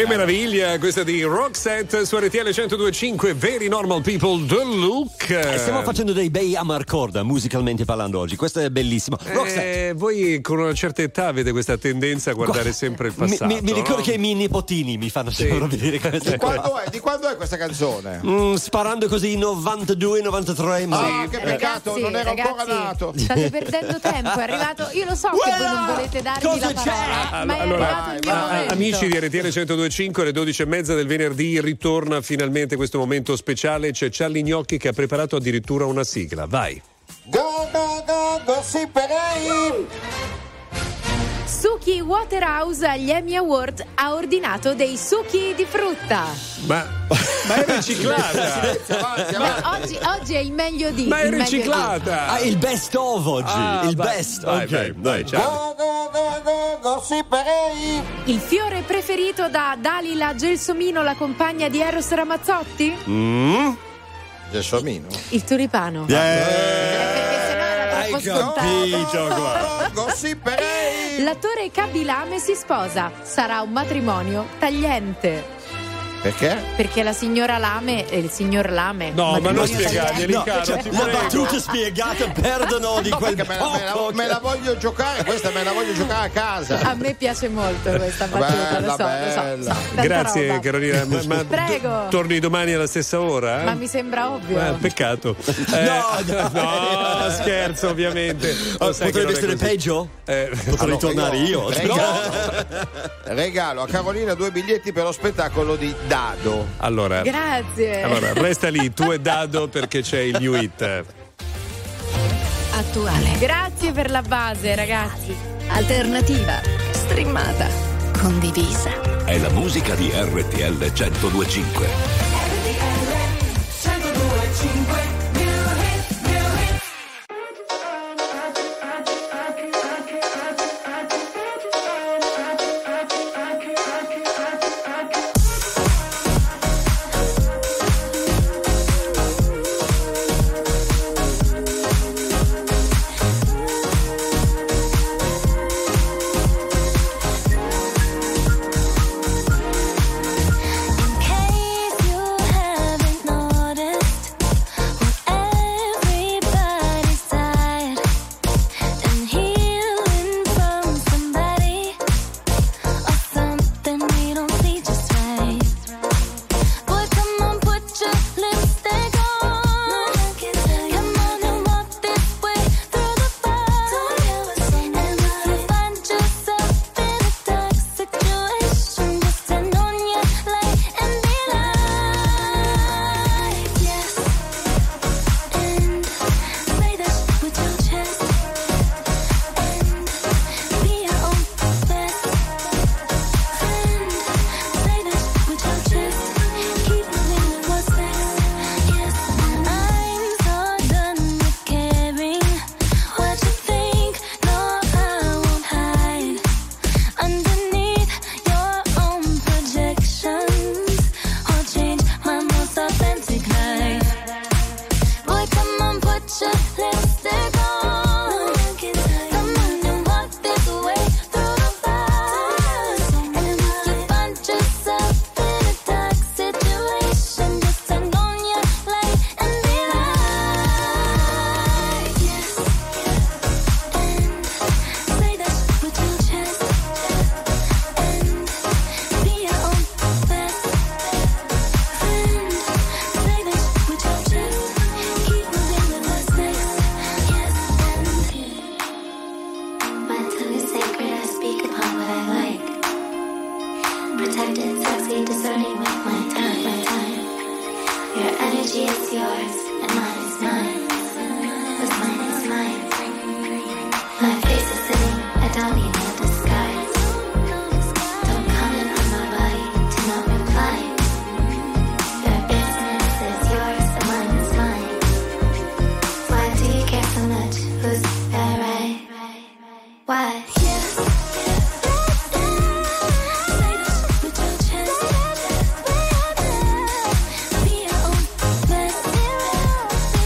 Che meraviglia, questa di Roxette su RTL 102.5, Very Normal People, The Look. Stiamo facendo dei bei amarcorda, musicalmente parlando oggi, questo è bellissimo. Roxette. Voi con una certa età avete questa tendenza a guardare sempre il passato. Mi ricordo no? che i miei nipotini mi fanno sempre vedere queste Di quando è questa canzone? Sparando così 92, 93. Ma che peccato, non ero ancora nato. State perdendo tempo, è arrivato. Io lo so che voi non volete darmi la parola, ma è arrivato il mio momento. Amici di RTL 102.5, alle 12:30 del venerdì ritorna finalmente questo momento speciale. C'è Charlie Gnocchi che ha preparato addirittura una sigla. Vai. Go, go, go, gossiperei! Suki Waterhouse agli Emmy Award ha ordinato dei succhi di frutta. Ma è riciclata. Ma oggi è il meglio di. Ma è il meglio riciclata. Ah, il best of oggi. Il vai, best. vai, Ok, vai, ciao. Go, go, go, go, gossiperei! di. Il fiore preferito da Dalila Gelsomino, la compagna di Eros Ramazzotti? Gelsomino? Il tulipano. Perché sennò era troppo scontato. Gossiperei! L'attore Kabilame si sposa. Sarà un matrimonio tagliente. Perché? Perché la signora Lame e il signor Lame. No, ma non spiegarglieli, No, caro, cioè, ti la prego. battuta spiegata perdono di quel poco. Me la voglio giocare, questa me la voglio giocare a casa. A me piace molto questa battuta, lo so. Tanta Grazie roba. Carolina, ma Prego. torni domani alla stessa ora? Ma mi sembra ovvio. Peccato. No, scherzo ovviamente. Potrebbe essere peggio? Potrei tornare io. Regalo a Carolina 2 biglietti per lo spettacolo di Dado. Allora, Grazie. resta lì, tu e Dado, perché c'è il new hit. Attuale, Grazie per la base, ragazzi. alternativa, streamata, condivisa. È la musica di RTL 102.5. In case you haven't noticed, everybody's tired and healing from somebody or something we don't see just right. Boy, come on, put your lipstick on. Come on and walk this way through the fire. And if you find yourself in a dark situation, just turn on your light and be like, yes, and say that with your chest, and be your own best friend. Say that with your chest, keep moving with what's next. Yes, I'm so done with caring what you think. No, I won't hide underneath your own projections or change my most authentic life. Boy, come on, put your lipstick on. Come on and walk this way through the fire. And if you find yourself in a dark situation, just turn on your light and be like, yes, and say that with your chest, and be your own best friend. Say that with your chest, keep moving with what's next. Yes, and my tongue is sacred, I speak upon what I like. Protected, sexy, discerning with my time. Your energy is yours, and mine is mine. What's mine is mine. My face is sitting, I don't need no disguise. Don't comment on my body to no reply. Your business is yours, and mine is mine. Why do you care so much? Who's that right? Why? Yes. Say this with your chest. Be your own best.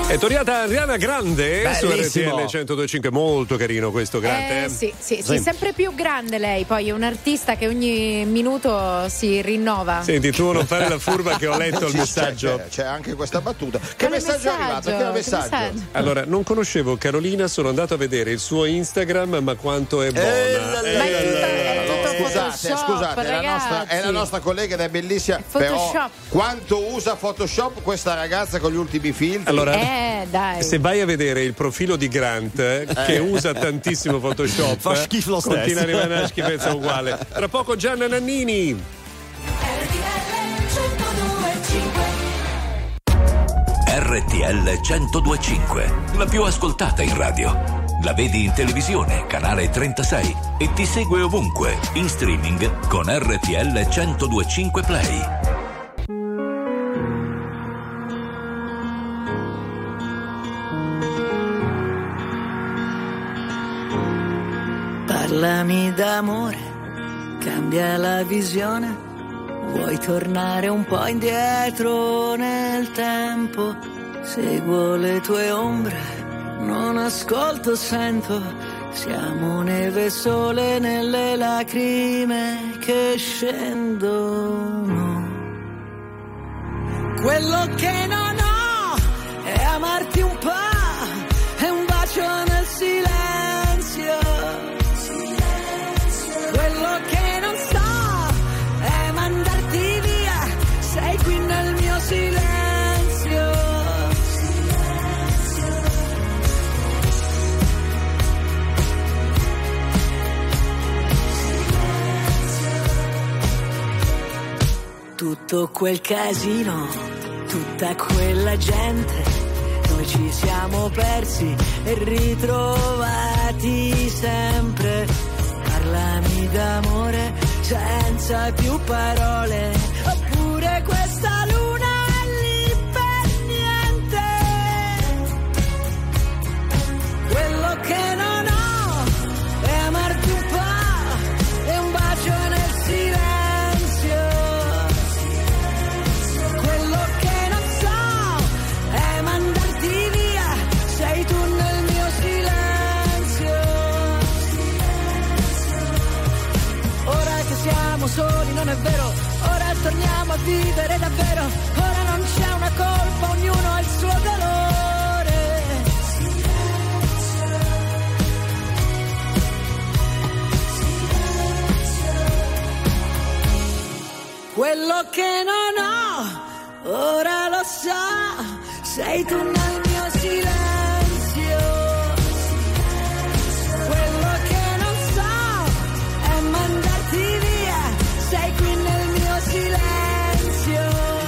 È tornata Ariana Grande su Bellissimo. RTL 102.5, molto carino questo Grande. Sì, sempre più grande lei, poi è un artista che ogni minuto si rinnova. Senti, tu non fare la furba che ho letto il Sì, messaggio. C'è anche questa battuta. Che Quale messaggio è arrivato? Che messaggio? Allora, non conoscevo Carolina, sono andato a vedere il suo Instagram, ma quanto è buona. Scusate, è la nostra collega ed è bellissima. Photoshop. Però quanto usa Photoshop questa ragazza con gli ultimi filtri? Allora, dai. se vai a vedere il profilo di Grant, che usa tantissimo Photoshop, Fa schifo lo stesso. continua a rimanere una schifezza uguale. Tra poco Gianna Nannini. RTL 102.5, la più ascoltata in radio. La vedi in televisione, canale 36 e ti segue ovunque, in streaming con RTL 102.5 Play. Parlami d'amore, cambia la visione, vuoi tornare un po' indietro nel tempo, seguo le tue ombre. Non ascolto, sento, siamo neve e sole nelle lacrime che scendono. Quello che non ho è amarti un po', è un bacio nel silenzio. Quello che non so è mandarti via, sei qui nel mio silenzio. Tutto quel casino, tutta quella gente, noi ci siamo persi e ritrovati sempre. Parlami d'amore senza più parole, oppure questa luna è lì per niente. Quello che non ho è amarti un po', è un bacio nel silenzio. Soli, non è vero, ora torniamo a vivere davvero, ora non c'è una colpa, ognuno ha il suo dolore. Quello che non ho, ora lo so, sei tu nel mio silenzio. Quello che non so è mandarti via, sei qui nel mio silenzio.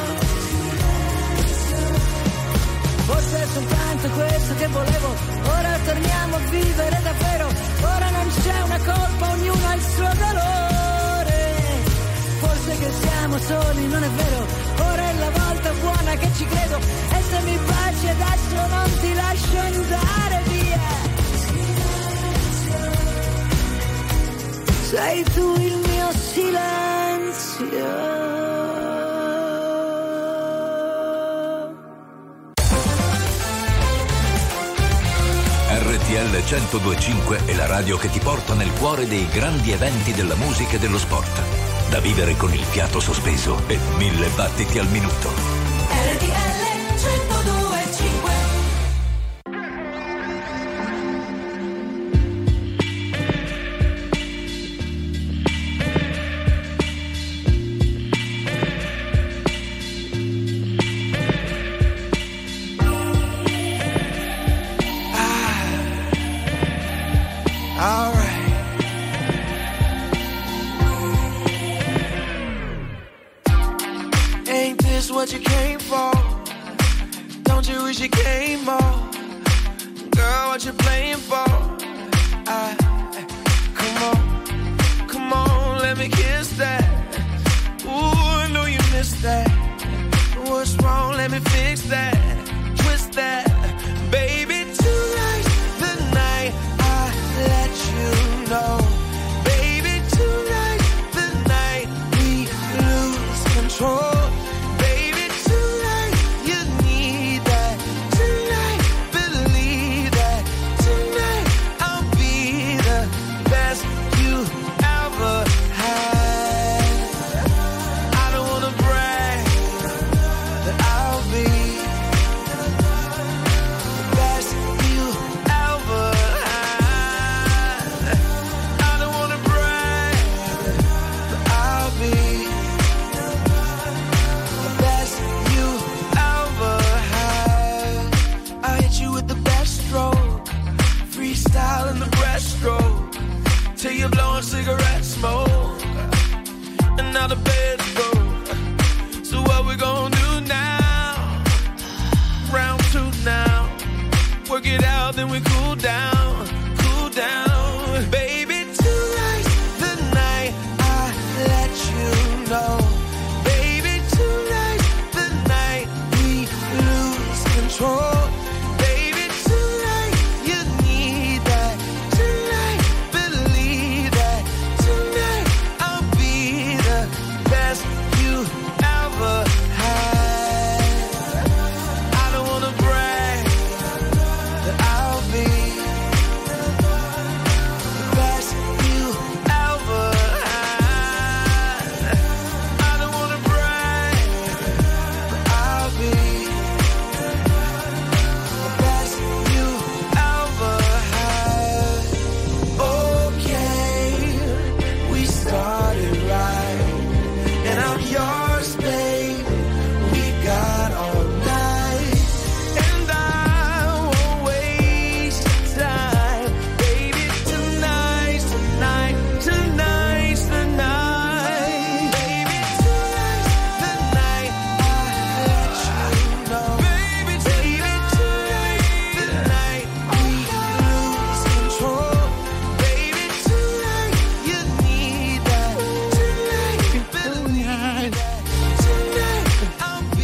Forse è soltanto questo che volevo, ora torniamo a vivere davvero, ora non c'è una colpa, ognuno ha il suo dolore. Forse che siamo soli, non è vero, ora è la volta buona che ci credo, e se mi baci adesso non ti lascio andare via. Sei tu il mio silenzio. RTL 102.5 è la radio che ti porta nel cuore dei grandi eventi della musica e dello sport. Da vivere con il fiato sospeso e 1000 battiti al minuto. RTL 102.5. What you came for? Don't you wish you came more? Girl, what you playing for? Come on, let me kiss that. Ooh, I know you missed that. What's wrong? Let me fix that. Twist that, baby. Tonight's the night I let you know. Baby, tonight's the night we lose control. Tonight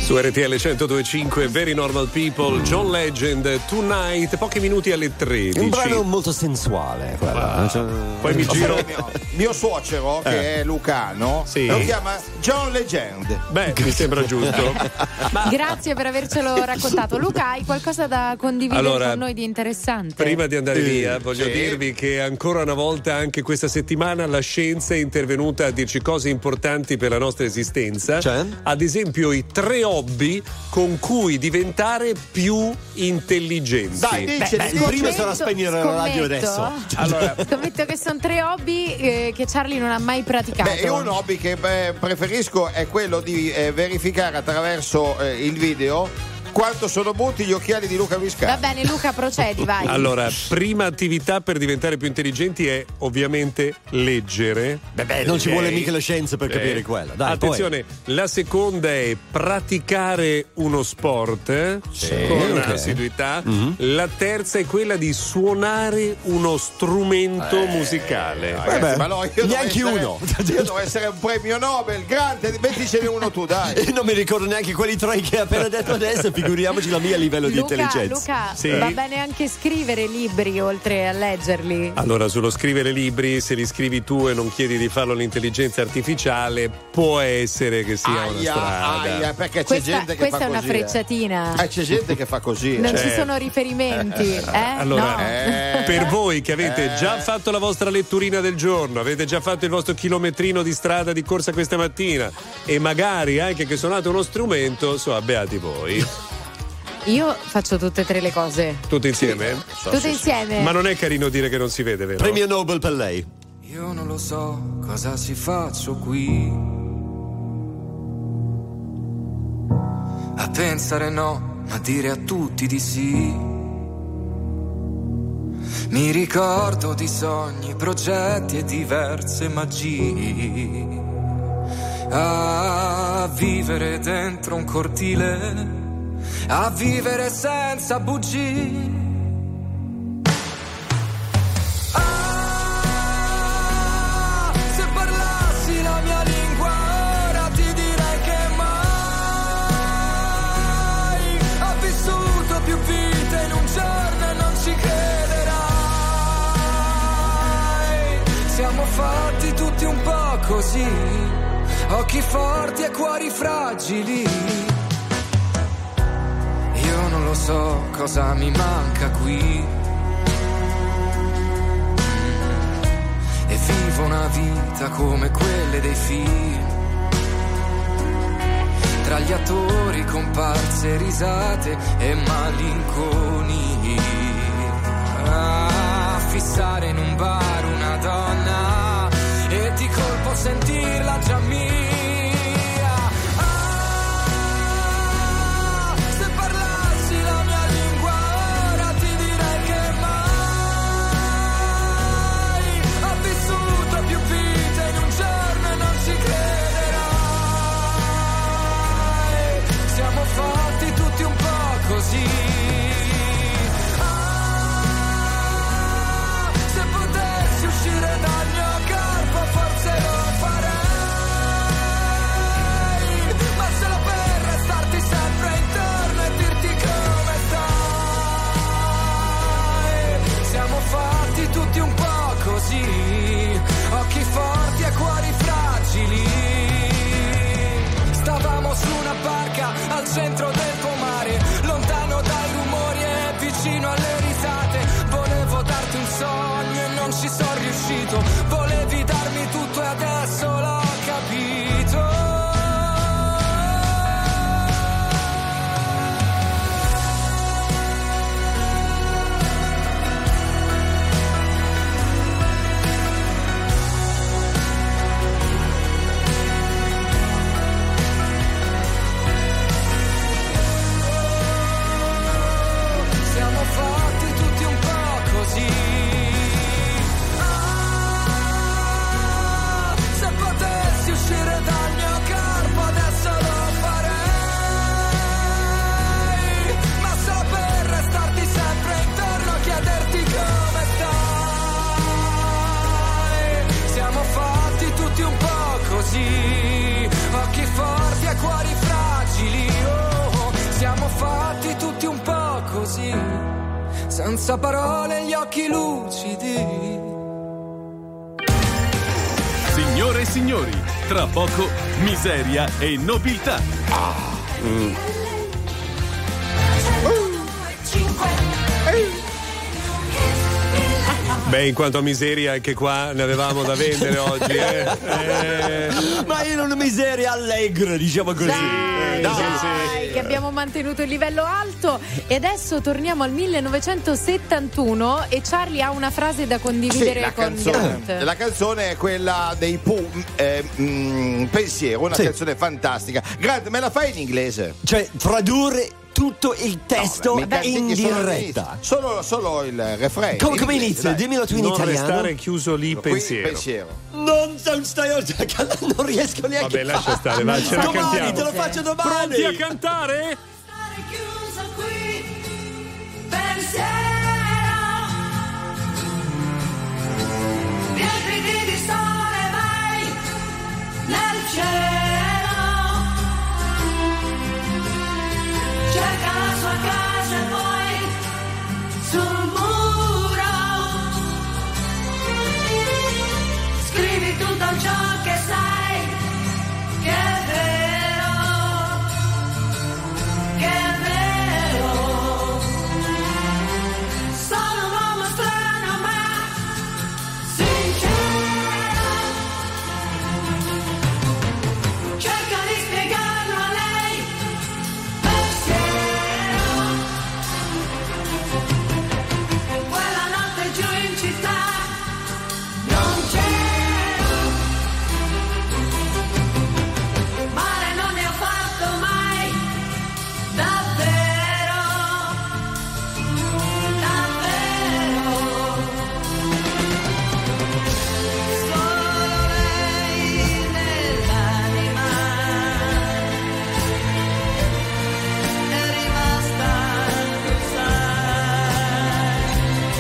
Su RTL 102.5 Very Normal People, John Legend, Tonight, pochi minuti alle 13. Un brano molto sensuale. Poi mi giro. Mio suocero, che è lucano, lo chiama John Legend. Beh, mi sembra giusto. Grazie per avercelo raccontato. Luca, hai qualcosa da condividere con noi di interessante? Prima di andare via, voglio dirvi che ancora una volta, anche questa settimana, la scienza è intervenuta a dirci cose importanti per la nostra esistenza. Ad esempio, i 3 hobby con cui diventare più intelligenti. Dai, il primo sarà spegnere la radio adesso. Allora, scommetto che sono 3 hobby che Charlie non ha mai praticato. Io un hobby che preferisco è quello di verificare attraverso il video quanto sono brutti gli occhiali di Luca Viscardi. Va bene, Luca, procedi, vai. Allora, prima attività per diventare più intelligenti è ovviamente leggere. Non ci vuole mica la scienza per capire quello. Dai, attenzione, la seconda è praticare uno sport con assiduità. La terza è quella di suonare uno strumento musicale. Ragazzi, ma no, neanche uno. Io devo essere un premio Nobel, grande, metticene uno tu, dai. Io non mi ricordo neanche quelli 3 che hai appena detto adesso. Figuriamoci la mia livello di intelligenza. Luca, va bene anche scrivere libri oltre a leggerli. Allora, sullo scrivere libri, se li scrivi tu e non chiedi di farlo all'intelligenza artificiale, può essere che sia una strada. Perché Questa, c'è gente che questa fa è una così. frecciatina. C'è gente che fa così. Non ci sono riferimenti. Allora, no. per voi che avete già fatto la vostra letturina del giorno, avete già fatto il vostro chilometrino di strada di corsa questa mattina e magari anche che suonate uno strumento, beati voi. Io faccio tutte e 3 le cose. Tutte insieme? Tutte insieme. Ma non è carino dire che non si vede, vero? Premio Nobel per lei. Io non lo so cosa si faccio qui a pensare no, ma dire a tutti di sì. Mi ricordo di sogni, progetti e diverse magie. A vivere dentro un cortile, a vivere senza bugie. Ah, se parlassi la mia lingua ora ti direi che mai ho vissuto più vite in un giorno e non ci crederai. Siamo fatti tutti un po' così, occhi forti e cuori fragili. Io non lo so cosa mi manca qui e vivo una vita come quelle dei film, tra gli attori, comparse, risate e malinconia. A fissare in un bar una donna e di colpo sentirla già mia. Fatti tutti un po' così. Se potessi uscire dal mio corpo forse lo farei. senza parole gli occhi lucidi. Signore e signori, tra poco miseria e nobiltà. Beh, in quanto a miseria, anche qua ne avevamo da vendere oggi, Ma in una miseria allegra, diciamo così. Dai, che abbiamo mantenuto il livello alto. E adesso torniamo al 1971 e Charlie ha una frase da condividere la con canzone. Grant. La canzone è quella dei Pooh, Pensiero, una canzone fantastica. Grant, me la fai in inglese? Cioè, tradurre tutto il testo in diretta. Solo il refrain. Come inizia? Dimmelo tu in non italiano. restare chiuso lì, pensiero. Non riesco neanche Vabbè, lascia stare, vai, ce la domani, cantiamo. te lo faccio domani. Pronti a cantare? Chiuso qui, pensiero, piedi di sole vai nel cielo, cerca la sua casa e poi sul muro scrivi tutto ciò che sai che è vero, che è vero. Sono un uomo strano ma sincero, cerca di spiegarlo a lei, pensiero. Quella notte giù in città non c'ero, male non ne ho fatto mai, davvero, davvero. Solo lei nell'anima è rimasta, lo sai,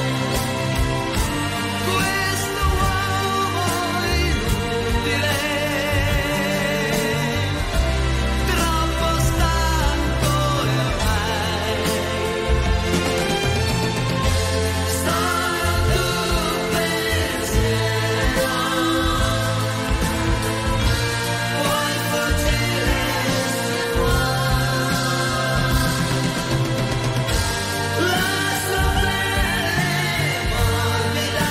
questo uomo inutile, troppo stanco ormai. Sono tu pensiero, puoi fuggire se vuoi, la sua pelle morbida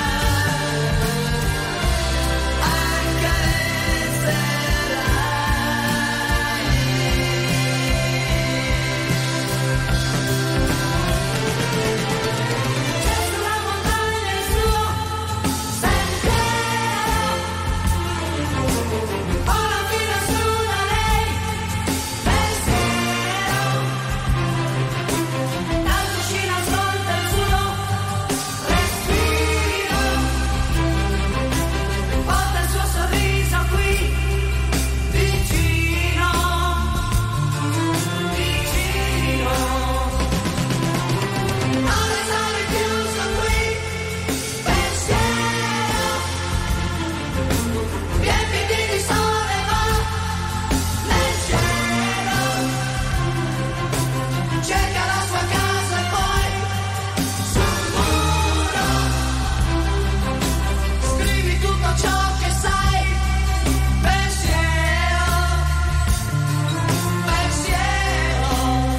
c'è sulla montagna il suo sentiero, ora fino su da lei, pensiero, dal vicino ascolta il suo respiro, porta il suo sorriso qui, vicino, vicino. Non restare chiuso qui, pensiero, piedi di sole va nel cielo, cerca la sua casa e poi sul muro scrivi tutto ciò che sai, pensiero, pensiero,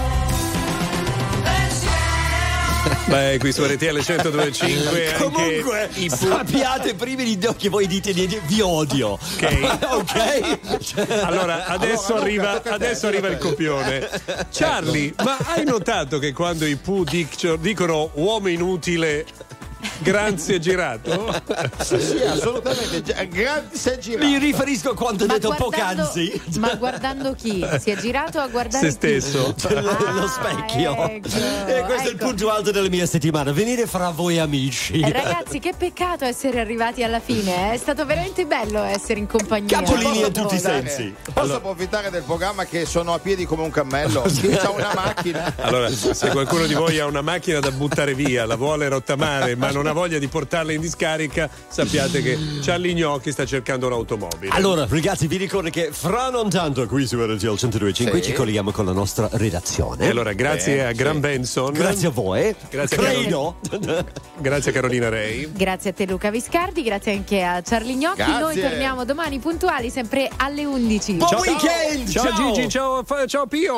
pensiero. Beh, qui su RTL 102.5 Comunque, anche i sappiate prima di che voi dite vi odio. Ok? Allora, adesso arriva il copione. Charlie, ma hai notato che quando i Pooh dicono uomo inutile, Grant si è girato? Sì, assolutamente. Grant si è girato. Mi riferisco a quanto detto poc'anzi. Ma guardando chi? Si è girato a guardare Se stesso. Lo specchio. ecco, E questo è il punto alto della mia settimana. Venire fra voi amici. Ragazzi, che peccato essere arrivati alla fine. È stato veramente bello essere in compagnia. Capolinea in tutti i sensi. Posso approfittare del programma che sono a piedi come un cammello? Chi ha una macchina? Allora, se qualcuno di voi ha una macchina da buttare via, la vuole rottamare, ma non ha una voglia di portarla in discarica, sappiate che Charlie Gnocchi sta cercando un'automobile. Allora, ragazzi, vi ricordo che fra non tanto qui su RTL 102.5 Sì. ci colleghiamo con la nostra redazione. E allora, grazie a Gran Benson. Grazie a voi. Grazie Credo. Grazie a Carolina Rei. Grazie a te Luca Viscardi, grazie anche a Charlie Gnocchi. Grazie. Noi torniamo domani puntuali sempre alle 11. Buon weekend! Ciao Gigi, ciao Pio.